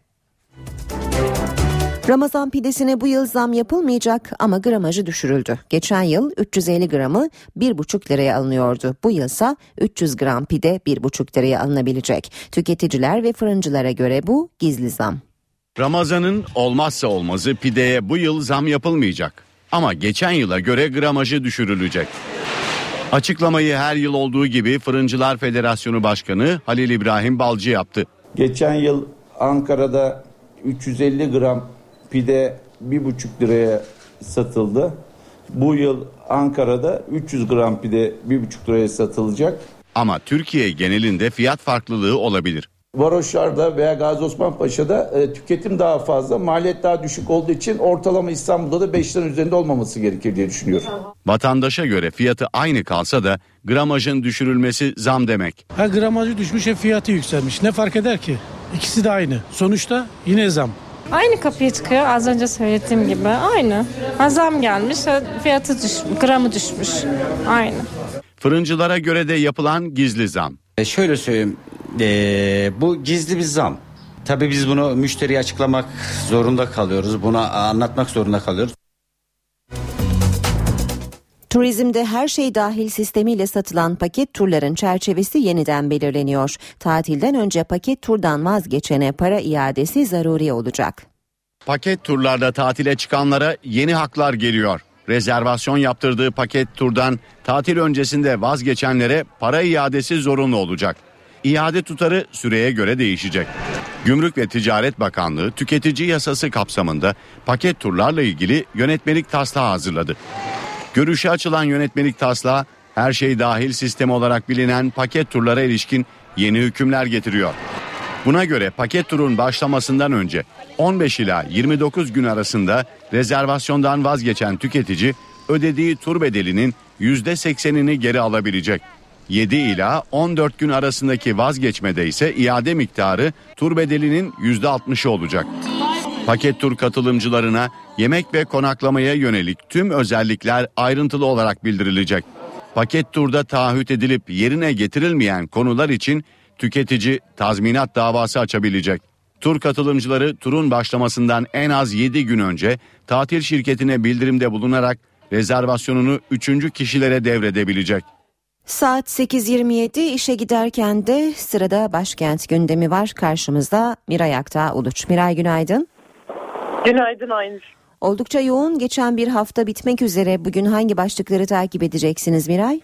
Ramazan pidesine bu yıl zam yapılmayacak ama gramajı düşürüldü. Geçen yıl üç yüz elli gramı bir buçuk liraya alınıyordu. Bu yılsa üç yüz gram pide bir buçuk liraya alınabilecek. Tüketiciler ve fırıncılara göre bu gizli zam. Ramazan'ın olmazsa olmazı pideye bu yıl zam yapılmayacak. Ama geçen yıla göre gramajı düşürülecek. Açıklamayı her yıl olduğu gibi Fırıncılar Federasyonu Başkanı Halil İbrahim Balcı yaptı. Geçen yıl Ankara'da üç yüz elli gram pide bir buçuk liraya satıldı. Bu yıl Ankara'da üç yüz gram pide bir buçuk liraya satılacak. Ama Türkiye genelinde fiyat farklılığı olabilir. Varoşlar'da veya Gazi Osman Paşa'da e, tüketim daha fazla, maliyet daha düşük olduğu için ortalama İstanbul'da da beş liranın üzerinde olmaması gerekir diye düşünüyorum. Vatandaşa göre fiyatı aynı kalsa da gramajın düşürülmesi zam demek. Ha gramajı düşmüş, hem fiyatı yükselmiş. Ne fark eder ki? İkisi de aynı. Sonuçta yine zam. Aynı kapıya çıkıyor, az önce söylediğim gibi aynı. Ha, zam gelmiş, fiyatı düşmüş, gramı düşmüş. Aynı. Fırıncılara göre de yapılan gizli zam. E şöyle söyleyeyim, e, bu gizli bir zam. Tabii biz bunu müşteriye açıklamak zorunda kalıyoruz, buna anlatmak zorunda kalıyoruz. Turizmde her şey dahil sistemiyle satılan paket turların çerçevesi yeniden belirleniyor. Tatilden önce paket turdan vazgeçene para iadesi zaruri olacak. Paket turlarda tatile çıkanlara yeni haklar geliyor. Rezervasyon yaptırdığı paket turdan tatil öncesinde vazgeçenlere para iadesi zorunlu olacak. İade tutarı süreye göre değişecek. Gümrük ve Ticaret Bakanlığı tüketici yasası kapsamında paket turlarla ilgili yönetmelik taslağı hazırladı. Görüşe açılan yönetmelik taslağı her şey dahil sistemi olarak bilinen paket turlara ilişkin yeni hükümler getiriyor. Buna göre paket turun başlamasından önce on beş ila yirmi dokuz gün arasında rezervasyondan vazgeçen tüketici ödediği tur bedelinin yüzde seksenini geri alabilecek. yedi ila on dört gün arasındaki vazgeçmede ise iade miktarı tur bedelinin yüzde altmışı olacak. Paket tur katılımcılarına yemek ve konaklamaya yönelik tüm özellikler ayrıntılı olarak bildirilecek. Paket turda taahhüt edilip yerine getirilmeyen konular için tüketici tazminat davası açabilecek. Tur katılımcıları turun başlamasından en az yedi gün önce tatil şirketine bildirimde bulunarak rezervasyonunu üçüncü kişilere devredebilecek. Saat sekiz yirmi yedi, işe giderken de sırada başkent gündemi var. Karşımızda Miray Aktağ Uluç. Miray, günaydın. Günaydın Aynur. Oldukça yoğun geçen bir hafta bitmek üzere. Bugün hangi başlıkları takip edeceksiniz Miray?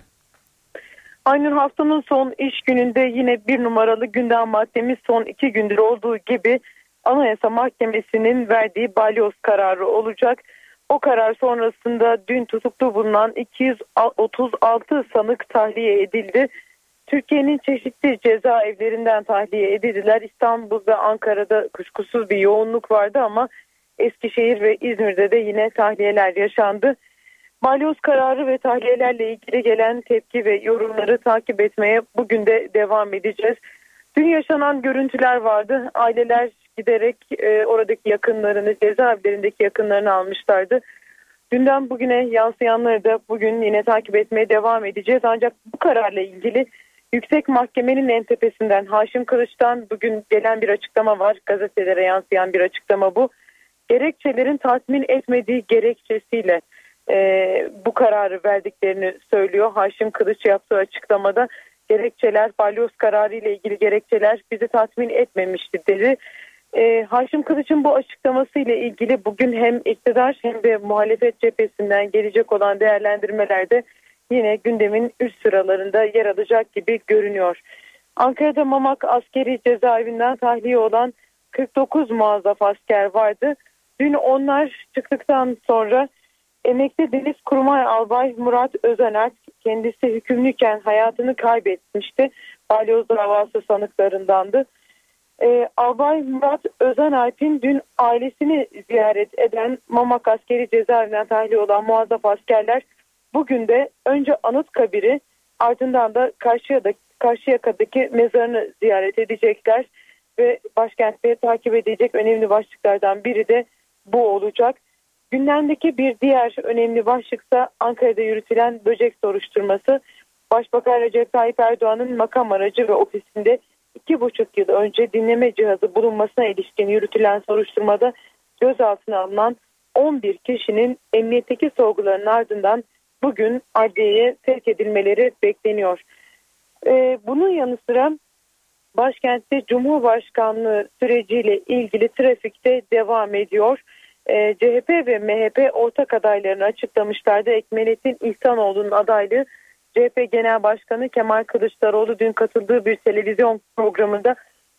Aynur, haftanın son iş gününde yine bir numaralı gündem maddemiz son iki gündür olduğu gibi Anayasa Mahkemesi'nin verdiği balyoz kararı olacak. O karar sonrasında dün tutuklu bulunan iki yüz otuz altı sanık tahliye edildi. Türkiye'nin çeşitli cezaevlerinden tahliye edildiler. İstanbul ve Ankara'da kuşkusuz bir yoğunluk vardı ama Eskişehir ve İzmir'de de yine tahliyeler yaşandı. Balyoz kararı ve tahliyelerle ilgili gelen tepki ve yorumları takip etmeye bugün de devam edeceğiz. Dün yaşanan görüntüler vardı. Aileler giderek e, oradaki yakınlarını, cezaevlerindeki yakınlarını almışlardı. Dünden bugüne yansıyanları da bugün yine takip etmeye devam edeceğiz. Ancak bu kararla ilgili Yüksek Mahkemenin en tepesinden Haşim Kılıç'tan bugün gelen bir açıklama var. Gazetelere yansıyan bir açıklama bu. Gerekçelerin tatmin etmediği gerekçesiyle e, bu kararı verdiklerini söylüyor. Haşim Kılıç yaptığı açıklamada gerekçeler, balyoz kararı ile ilgili gerekçeler bizi tatmin etmemişti dedi. E, Haşim Kılıç'ın bu açıklaması ile ilgili bugün hem iktidar hem de muhalefet cephesinden gelecek olan değerlendirmelerde yine gündemin üst sıralarında yer alacak gibi görünüyor. Ankara'da Mamak askeri cezaevinden tahliye olan kırk dokuz muazzaf asker vardı. Dün onlar çıktıktan sonra emekli Deniz Kurmay Albay Murat Özenerk kendisi hükümlüyken hayatını kaybetmişti. Balyoz davası sanıklarındandı. Ee, Albay Murat Özenerk'in dün ailesini ziyaret eden Mamak askeri cezaevinden tahliye olan muazzaf askerler bugün de önce Anıtkabir'i ardından da Karşıyaka'daki, Karşıyaka'daki mezarını ziyaret edecekler ve başkentte takip edilecek önemli başlıklardan biri de bu olacak. Gündemdeki bir diğer önemli başlıksa Ankara'da yürütülen böcek soruşturması. Başbakan Recep Tayyip Erdoğan'ın makam aracı ve ofisinde iki buçuk yıl önce dinleme cihazı bulunmasına ilişkin yürütülen soruşturmada gözaltına alınan on bir kişinin emniyetteki sorguların ardından bugün adliyeye sevk edilmeleri bekleniyor. Ee, bunun yanı sıra başkentte Cumhurbaşkanlığı süreciyle ilgili trafikte devam ediyor. Ee, C H P ve M H P ortak adaylarını açıklamışlardı. Ekmelettin İhsanoğlu'nun adaylığı C H P Genel Başkanı Kemal Kılıçdaroğlu dün katıldığı bir televizyon programında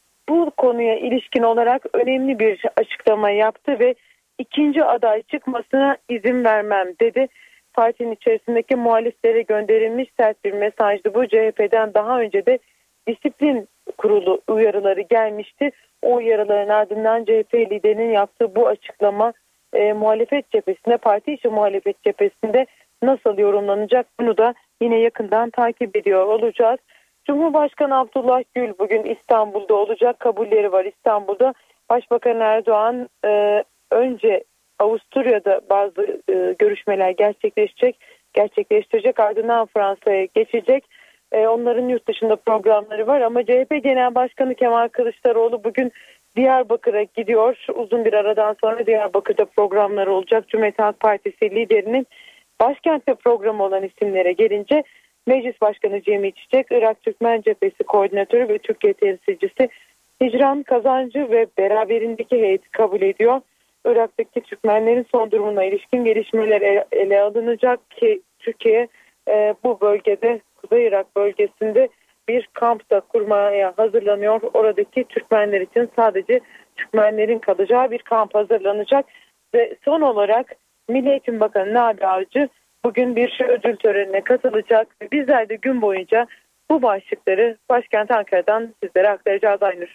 bu konuya ilişkin olarak önemli bir açıklama yaptı ve ikinci aday çıkmasına izin vermem dedi. Partinin içerisindeki muhaliflere gönderilmiş sert bir mesajdı bu. C H P'den daha önce de disiplin kurulu uyarıları gelmişti. O uyarıların ardından C H P liderinin yaptığı bu açıklama e, muhalefet cephesinde, parti içi muhalefet cephesinde nasıl yorumlanacak bunu da yine yakından takip ediyor olacağız. Cumhurbaşkanı Abdullah Gül bugün İstanbul'da olacak. Kabulleri var İstanbul'da. Başbakan Erdoğan e, önce Avusturya'da bazı e, görüşmeler gerçekleşecek, gerçekleştirecek. Ardından Fransa'ya geçecek. E, onların yurt dışında programları var ama C H P Genel Başkanı Kemal Kılıçdaroğlu bugün Diyarbakır'a gidiyor. Uzun bir aradan sonra Diyarbakır'da programları olacak. Cumhuriyet Halk Partisi liderinin başkentte programı olan isimlere gelince Meclis Başkanı Cemil Çiçek, Irak Türkmen Cephesi Koordinatörü ve Türkiye temsilcisi Hicran Kazancı ve beraberindeki heyeti kabul ediyor. Irak'taki Türkmenlerin son durumuna ilişkin gelişmeler ele alınacak ki Türkiye e, bu bölgede, Kuzey Irak bölgesinde bir kamp da kurmaya hazırlanıyor. Oradaki Türkmenler için sadece Türkmenlerin kalacağı bir kamp hazırlanacak. Ve son olarak Milli Eğitim Bakanı Nabi Avcı bugün bir ödül törenine katılacak. Bizler de gün boyunca bu başlıkları başkent Ankara'dan sizlere aktaracağız Aynur.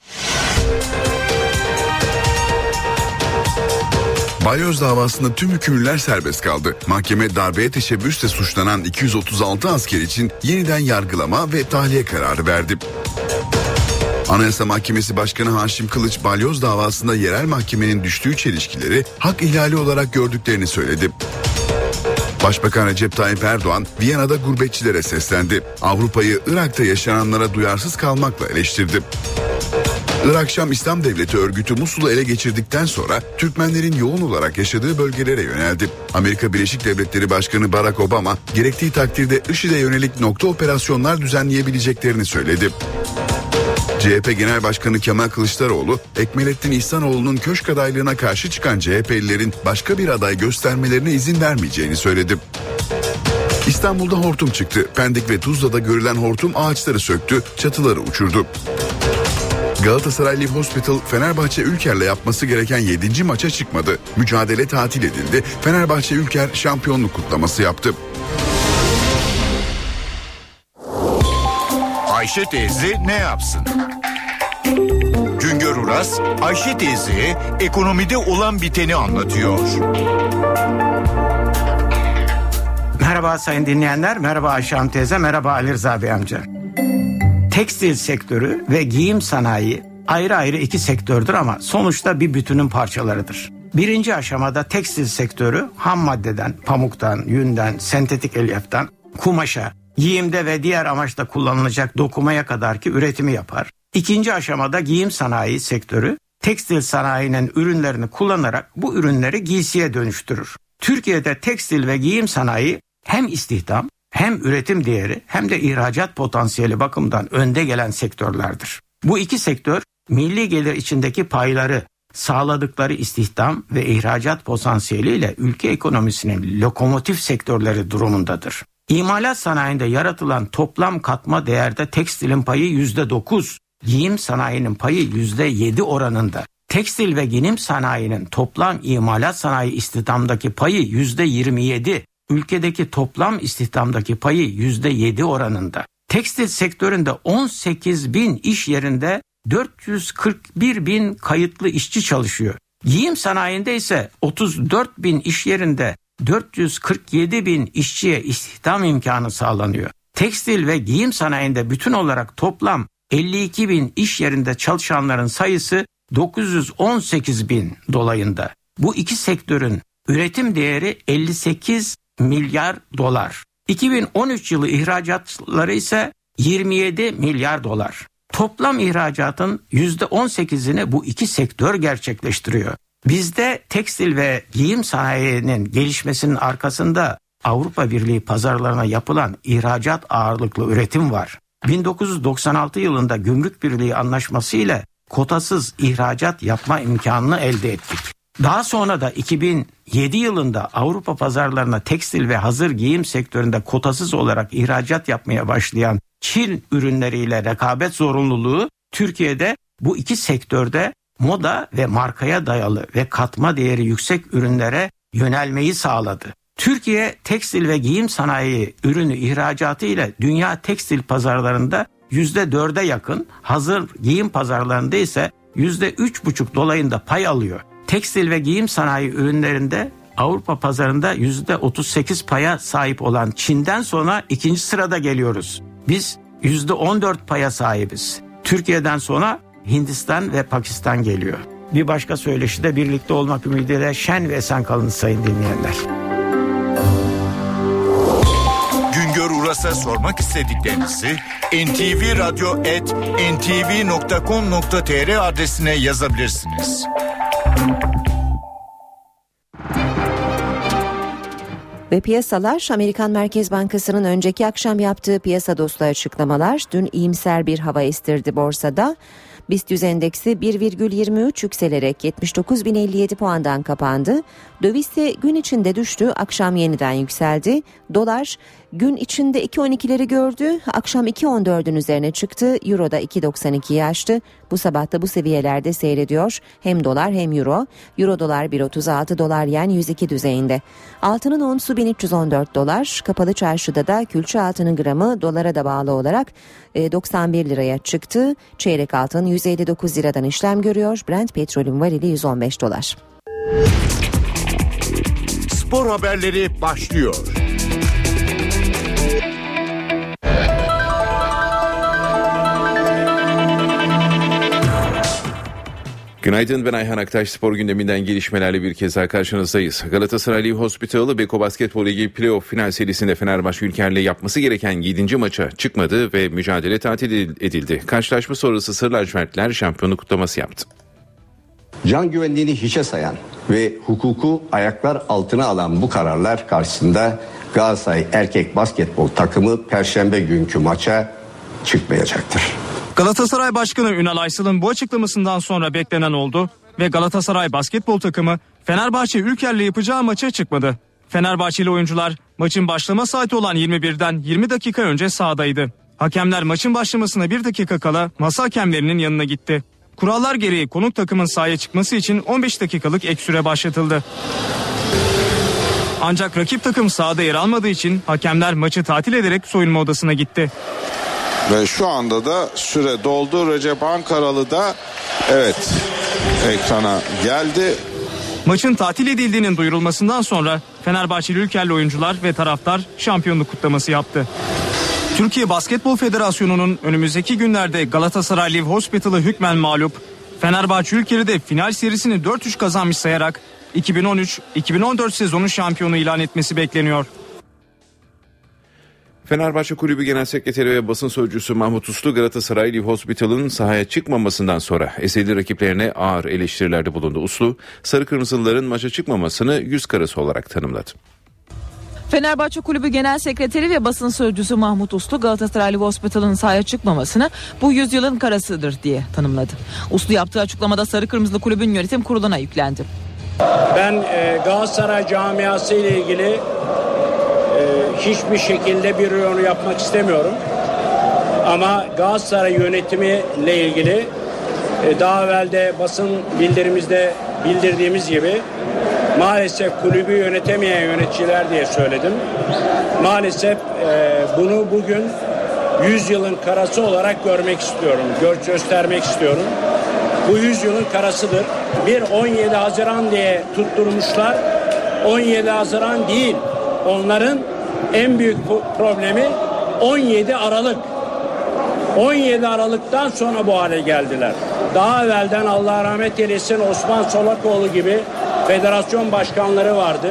Balyoz davasında tüm hükümlüler serbest kaldı. Mahkeme darbeye teşebbüsle suçlanan iki yüz otuz altı asker için yeniden yargılama ve tahliye kararı verdi. Anayasa Mahkemesi Başkanı Haşim Kılıç, Balyoz davasında yerel mahkemenin düştüğü çelişkileri hak ihlali olarak gördüklerini söyledi. Başbakan Recep Tayyip Erdoğan, Viyana'da gurbetçilere seslendi. Avrupa'yı Irak'ta yaşananlara duyarsız kalmakla eleştirdi. Irak Şam İslam Devleti örgütü Musul'u ele geçirdikten sonra Türkmenlerin yoğun olarak yaşadığı bölgelere yöneldi. Amerika Birleşik Devletleri Başkanı Barack Obama, gerektiği takdirde IŞİD'e yönelik nokta operasyonlar düzenleyebileceklerini söyledi. C H P Genel Başkanı Kemal Kılıçdaroğlu, Ekmelettin İhsanoğlu'nun köşk adaylığına karşı çıkan C H P'lilerin başka bir aday göstermelerine izin vermeyeceğini söyledi. İstanbul'da hortum çıktı. Pendik ve Tuzla'da görülen hortum ağaçları söktü, çatıları uçurdu. Galatasaray Live Hospital, Fenerbahçe Ülker'le yapması gereken yedinci maça çıkmadı. Mücadele tatil edildi. Fenerbahçe Ülker şampiyonluk kutlaması yaptı. Ayşe teyze ne yapsın? Güngör Uras, Ayşe teyzeye ekonomide olan biteni anlatıyor. Merhaba sayın dinleyenler, merhaba Ayşe Hanım teyze, merhaba Ali Rıza Bey amca. tekstil sektörü ve giyim sanayi ayrı ayrı iki sektördür ama sonuçta bir bütünün parçalarıdır. Birinci aşamada tekstil sektörü ham maddeden, pamuktan, yünden, sentetik elyaftan, kumaşa, giyimde ve diğer amaçla kullanılacak dokumaya kadarki üretimi yapar. İkinci aşamada giyim sanayi sektörü tekstil sanayinin ürünlerini kullanarak bu ürünleri giysiye dönüştürür. Türkiye'de tekstil ve giyim sanayi hem istihdam hem üretim değeri hem de ihracat potansiyeli bakımından önde gelen sektörlerdir. Bu iki sektör milli gelir içindeki payları, sağladıkları istihdam ve ihracat potansiyeliyle ülke ekonomisinin lokomotif sektörleri durumundadır. İmalat sanayinde yaratılan toplam katma değerde tekstilin payı yüzde dokuz, giyim sanayinin payı yüzde yedi oranında. Tekstil ve giyim sanayinin toplam imalat sanayi istihdamdaki payı yüzde yirmi yedi, ülkedeki toplam istihdamdaki payı yüzde yedi oranında. Tekstil sektöründe on sekiz bin iş yerinde dört yüz kırk bir bin kayıtlı işçi çalışıyor. Giyim sanayinde ise otuz dört bin iş yerinde dört yüz kırk yedi bin işçiye istihdam imkanı sağlanıyor. Tekstil ve giyim sanayinde bütün olarak toplam elli iki bin iş yerinde çalışanların sayısı dokuz yüz on sekiz bin dolayında. Bu iki sektörün üretim değeri elli sekiz milyar dolar. iki bin on üç yılı ihracatları ise yirmi yedi milyar dolar. Toplam ihracatın yüzde on sekizini bu iki sektör gerçekleştiriyor. Bizde tekstil ve giyim sanayinin gelişmesinin arkasında Avrupa Birliği pazarlarına yapılan ihracat ağırlıklı üretim var. bin dokuz yüz doksan altı yılında Gümrük Birliği Anlaşması ile kotasız ihracat yapma imkanını elde ettik. Daha sonra da iki bin yedi yılında Avrupa pazarlarına tekstil ve hazır giyim sektöründe kotasız olarak ihracat yapmaya başlayan Çin ürünleriyle rekabet zorunluluğu Türkiye'de bu iki sektörde moda ve markaya dayalı ve katma değeri yüksek ürünlere yönelmeyi sağladı. Türkiye tekstil ve giyim sanayi ürünü ihracatı ile dünya tekstil pazarlarında yüzde dörde yakın, hazır giyim pazarlarında ise yüzde üç buçuk dolayında pay alıyor. Tekstil ve giyim sanayi ürünlerinde Avrupa pazarında yüzde otuz sekiz paya sahip olan Çin'den sonra ikinci sırada geliyoruz. Biz yüzde on dört paya sahibiz. Türkiye'den sonra Hindistan ve Pakistan geliyor. Bir başka söyleşide birlikte olmak ümidiyle şen ve esen kalın sayın dinleyenler. Güngör Uras'a sormak istediklerinizi en ti vi radyo at en ti vi nokta com nokta tr adresine yazabilirsiniz. Ve piyasalar, Amerikan Merkez Bankası'nın önceki akşam yaptığı piyasa dostu açıklamalar dün iyimser bir hava estirdi borsada. BIST yüz endeksi bir virgül yirmi üç yükselerek yetmiş dokuz bin elli yedi puandan kapandı. Döviz ise gün içinde düştü, akşam yeniden yükseldi. Dolar gün içinde iki virgül on ikileri gördü, akşam iki virgül on dördün üzerine çıktı. Euro da iki virgül doksan ikiyi aştı. Bu sabah da bu seviyelerde seyrediyor. Hem dolar hem euro. Euro dolar bir virgül otuz altı, dolar yen yüz iki düzeyinde. Altının onsu bin üç yüz on dört dolar. Kapalı çarşıda da külçe altının gramı dolara da bağlı olarak doksan bir liraya çıktı. Çeyrek altın yüz elli dokuz liradan işlem görüyor. Brent petrolün varili yüz on beş dolar. Spor haberleri başlıyor. Günaydın, ben Ayhan Aktaş. Spor gündeminden gelişmelerle bir kez daha karşınızdayız. Galatasaray Live Hospital Beko Basketbol Ligi Playoff final serisinde Fenerbahçe Ülker'le yapması gereken yedinci maça çıkmadı ve mücadele tatil edildi. Karşılaşma sonrası Sarı Lacivertler şampiyonluk kutlaması yaptı. Can güvenliğini hiçe sayan ve hukuku ayaklar altına alan bu kararlar karşısında Galatasaray erkek basketbol takımı Perşembe günkü maça çıkmayacaktır. Galatasaray Başkanı Ünal Aysal'ın bu açıklamasından sonra beklenen oldu ve Galatasaray basketbol takımı Fenerbahçe Ülker'le yapacağı maça çıkmadı. Fenerbahçeli oyuncular maçın başlama saati olan yirmi birden yirmi dakika önce sahadaydı. Hakemler maçın başlamasına bir dakika kala masa hakemlerinin yanına gitti. Kurallar gereği konuk takımın sahaya çıkması için on beş dakikalık ek süre başlatıldı. Ancak rakip takım sahada yer almadığı için hakemler maçı tatil ederek soyunma odasına gitti. Ve şu anda da süre doldu. Recep Ankaralı da evet ekrana geldi. Maçın tatil edildiğinin duyurulmasından sonra Fenerbahçeli Ülker'li oyuncular ve taraftar şampiyonluk kutlaması yaptı. Türkiye Basketbol Federasyonu'nun önümüzdeki günlerde Galatasaray Live Hospital'ı hükmen mağlup, Fenerbahçe Ülker'i final serisini dört üç kazanmış sayarak iki bin on üç iki bin on dört sezonu şampiyonu ilan etmesi bekleniyor. Fenerbahçe Kulübü Genel Sekreteri ve basın sözcüsü Mahmut Uslu, Galatasaray Live Hospital'ın sahaya çıkmamasından sonra ezeli rakiplerine ağır eleştirilerde bulundu. Uslu, Sarı Kırmızılıların maça çıkmamasını yüz karası olarak tanımladı. Fenerbahçe Kulübü Genel Sekreteri ve basın sözcüsü Mahmut Uslu, Galatasaray Live Hospital'ın sahaya çıkmamasını bu yüzyılın karasıdır diye tanımladı. Uslu yaptığı açıklamada Sarı Kırmızılı Kulübün yönetim kuruluna yüklendi. Ben e, Galatasaray camiası ile ilgili e, hiçbir şekilde bir yorum yapmak istemiyorum. Ama Galatasaray yönetimi ile ilgili e, daha evvel de basın bildirimizde bildirdiğimiz gibi maalesef kulübü yönetemeyen yöneticiler diye söyledim. Maalesef e, bunu bugün yüzyılın karası olarak görmek istiyorum, gö- göstermek istiyorum. Bu yüzyılın karasıdır. Bir on yedi Haziran diye tutturmuşlar. on yedi Haziran değil. Onların en büyük problemi on yedi Aralık. on yedi Aralık'tan sonra bu hale geldiler. Daha evvelden Allah rahmet eylesin Osman Solakoğlu gibi federasyon başkanları vardı.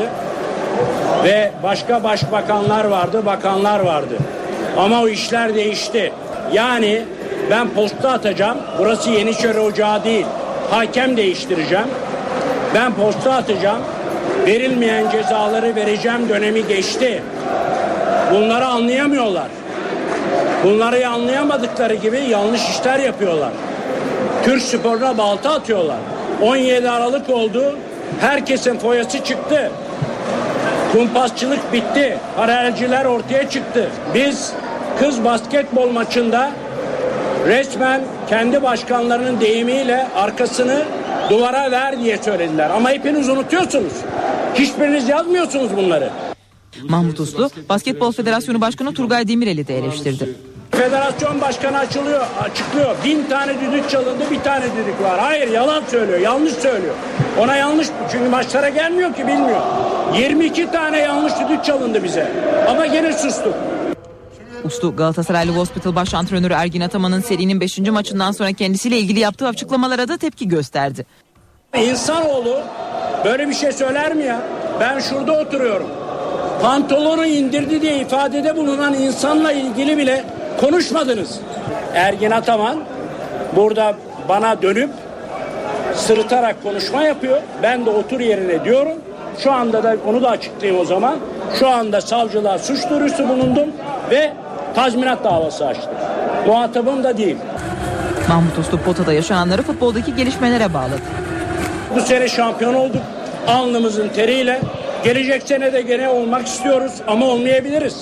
Ve başka başbakanlar vardı, bakanlar vardı. Ama o işler değişti. Yani ben posta atacağım. Burası Yeniçeri Ocağı değil. Hakem değiştireceğim. Ben posta atacağım. Verilmeyen cezaları vereceğim dönemi geçti. Bunları anlayamıyorlar. Bunları anlayamadıkları gibi yanlış işler yapıyorlar. Türk sporuna balta atıyorlar. on yedi Aralık oldu. Herkesin foyası çıktı. Kumpasçılık bitti. Paralelciler ortaya çıktı. Biz kız basketbol maçında resmen kendi başkanlarının deyimiyle arkasını duvara ver diye söylediler. Ama hepiniz unutuyorsunuz. Hiçbiriniz yazmıyorsunuz bunları. Mahmut Uslu, Basketbol Federasyonu Başkanı Turgay Demirel'i de eleştirdi. Federasyon başkanı açılıyor, açıklıyor. Bin tane düdük çalındı, bir tane düdük var. Hayır, yalan söylüyor, yanlış söylüyor. Ona yanlış, çünkü maçlara gelmiyor ki, bilmiyor. yirmi iki tane yanlış düdük çalındı bize. Ama gene sustuk. Uslu, Galatasaray Live Hospital baş antrenörü Ergin Ataman'ın serinin beşinci maçından sonra kendisiyle ilgili yaptığı açıklamalara da tepki gösterdi. İnsanoğlu böyle bir şey söyler mi ya? Ben şurada oturuyorum. Pantolonu indirdi diye ifadede bulunan insanla ilgili bile konuşmadınız. Ergin Ataman burada bana dönüp sırıtarak konuşma yapıyor. Ben de otur yerine diyorum. Şu anda da onu da açıklayayım o zaman. Şu anda savcılığa suç duyurusu bulundum ve tazminat davası açtım. Muhatabım da değil. Mahmut Uslu potada yaşananları futboldaki gelişmelere bağladı. Bu sene şampiyon olduk. Alnımızın teriyle. Gelecek sene de gene olmak istiyoruz ama olmayabiliriz.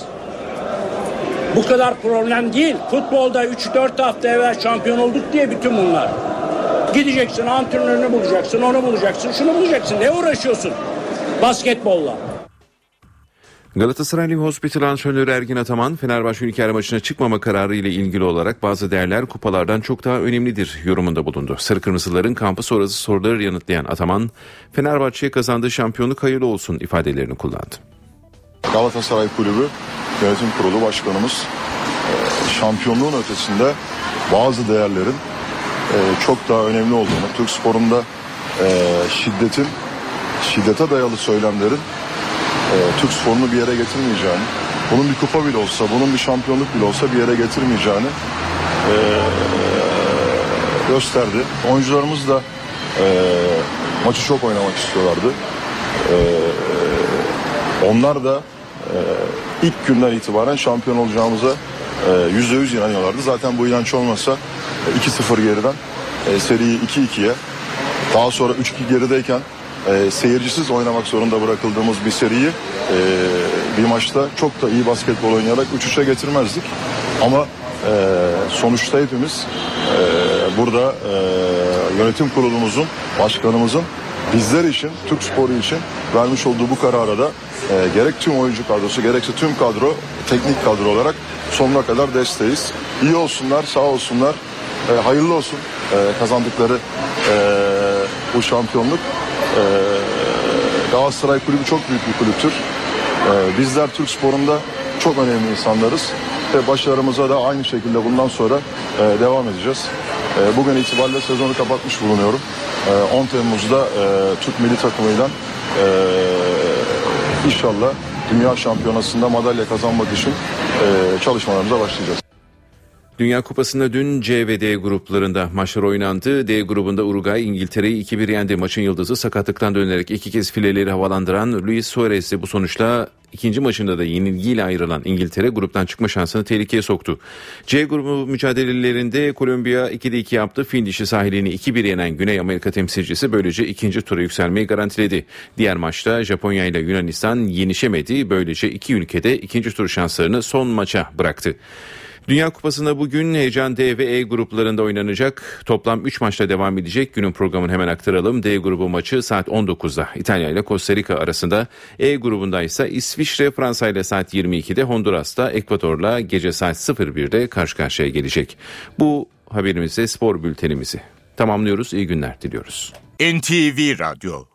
Bu kadar problem değil. Futbolda üç dört hafta evvel şampiyon olduk diye bütün bunlar. Gideceksin, antrenörünü bulacaksın, onu bulacaksın, şunu bulacaksın. Ne uğraşıyorsun basketbolla? Galatasaray Live Hospital antrenörü Ergin Ataman, Fenerbahçe Ülker maçına çıkmama kararı ile ilgili olarak bazı değerler kupalardan çok daha önemlidir yorumunda bulundu. Sarı Kırmızıların kampı sonrası soruları yanıtlayan Ataman, Fenerbahçe'ye kazandığı şampiyonluk hayırlı olsun ifadelerini kullandı. Galatasaray Kulübü Yönetim Kurulu Başkanımız şampiyonluğun ötesinde bazı değerlerin çok daha önemli olduğunu, Türk sporunda şiddetin, şiddete dayalı söylemlerin Türk sporunu bir yere getirmeyeceğini, bunun bir kupa bile olsa, bunun bir şampiyonluk bile olsa bir yere getirmeyeceğini e, gösterdi. Oyuncularımız da e, maçı çok oynamak istiyorlardı. E, onlar da e, ilk günden itibaren şampiyon olacağımıza yüzde yüz inanıyorlardı. Zaten bu inanç olmasa iki sıfır geriden e, seriyi iki ikiye, daha sonra üç iki gerideyken E, seyircisiz oynamak zorunda bırakıldığımız bir seriyi e, bir maçta çok da iyi basketbol oynayarak üç üçe getirmezdik. Ama e, sonuçta hepimiz e, burada e, yönetim kurulumuzun, başkanımızın bizler için, Türk sporu için vermiş olduğu bu karara da e, gerek tüm oyuncu kadrosu, gerekse tüm kadro, teknik kadro olarak sonuna kadar desteğiz. İyi olsunlar, sağ olsunlar, e, hayırlı olsun e, kazandıkları e, bu şampiyonluk. Ee, Galatasaray Kulübü çok büyük bir kulüptür. Ee, bizler Türk sporunda çok önemli insanlarız. ve başarımıza da aynı şekilde bundan sonra e, devam edeceğiz. E, bugün itibariyle sezonu kapatmış bulunuyorum. E, on Temmuz'da e, Türk milli takımıyla e, inşallah Dünya Şampiyonası'nda madalya kazanmak için e, çalışmalarımıza başlayacağız. Dünya Kupası'nda dün C ve D gruplarında maçlar oynandı. D grubunda Uruguay İngiltere'yi iki bir yendi. Maçın yıldızı sakatlıktan dönerek iki kez fileleri havalandıran Luis Suarez'di. Bu sonuçla ikinci maçında da yenilgiyle ayrılan İngiltere gruptan çıkma şansını tehlikeye soktu. C grubu mücadelelerinde Kolombiya ikide iki yaptı. Fil dişi sahilini iki bir yenen Güney Amerika temsilcisi böylece ikinci tura yükselmeyi garantiledi. Diğer maçta Japonya ile Yunanistan yenişemedi. Böylece iki ülkede ikinci tur şanslarını son maça bıraktı. Dünya Kupası'nda bugün heyecan D ve E gruplarında oynanacak. Toplam üç maçla devam edecek. Günün programını hemen aktaralım. D grubu maçı saat on dokuzda İtalya ile Costa Rica arasında. E grubunda ise İsviçre Fransa ile saat yirmi ikide, Honduras'ta Ekvador'la gece saat sıfır birde karşı karşıya gelecek. Bu haberimizle spor bültenimizi tamamlıyoruz. İyi günler diliyoruz. N T V Radyo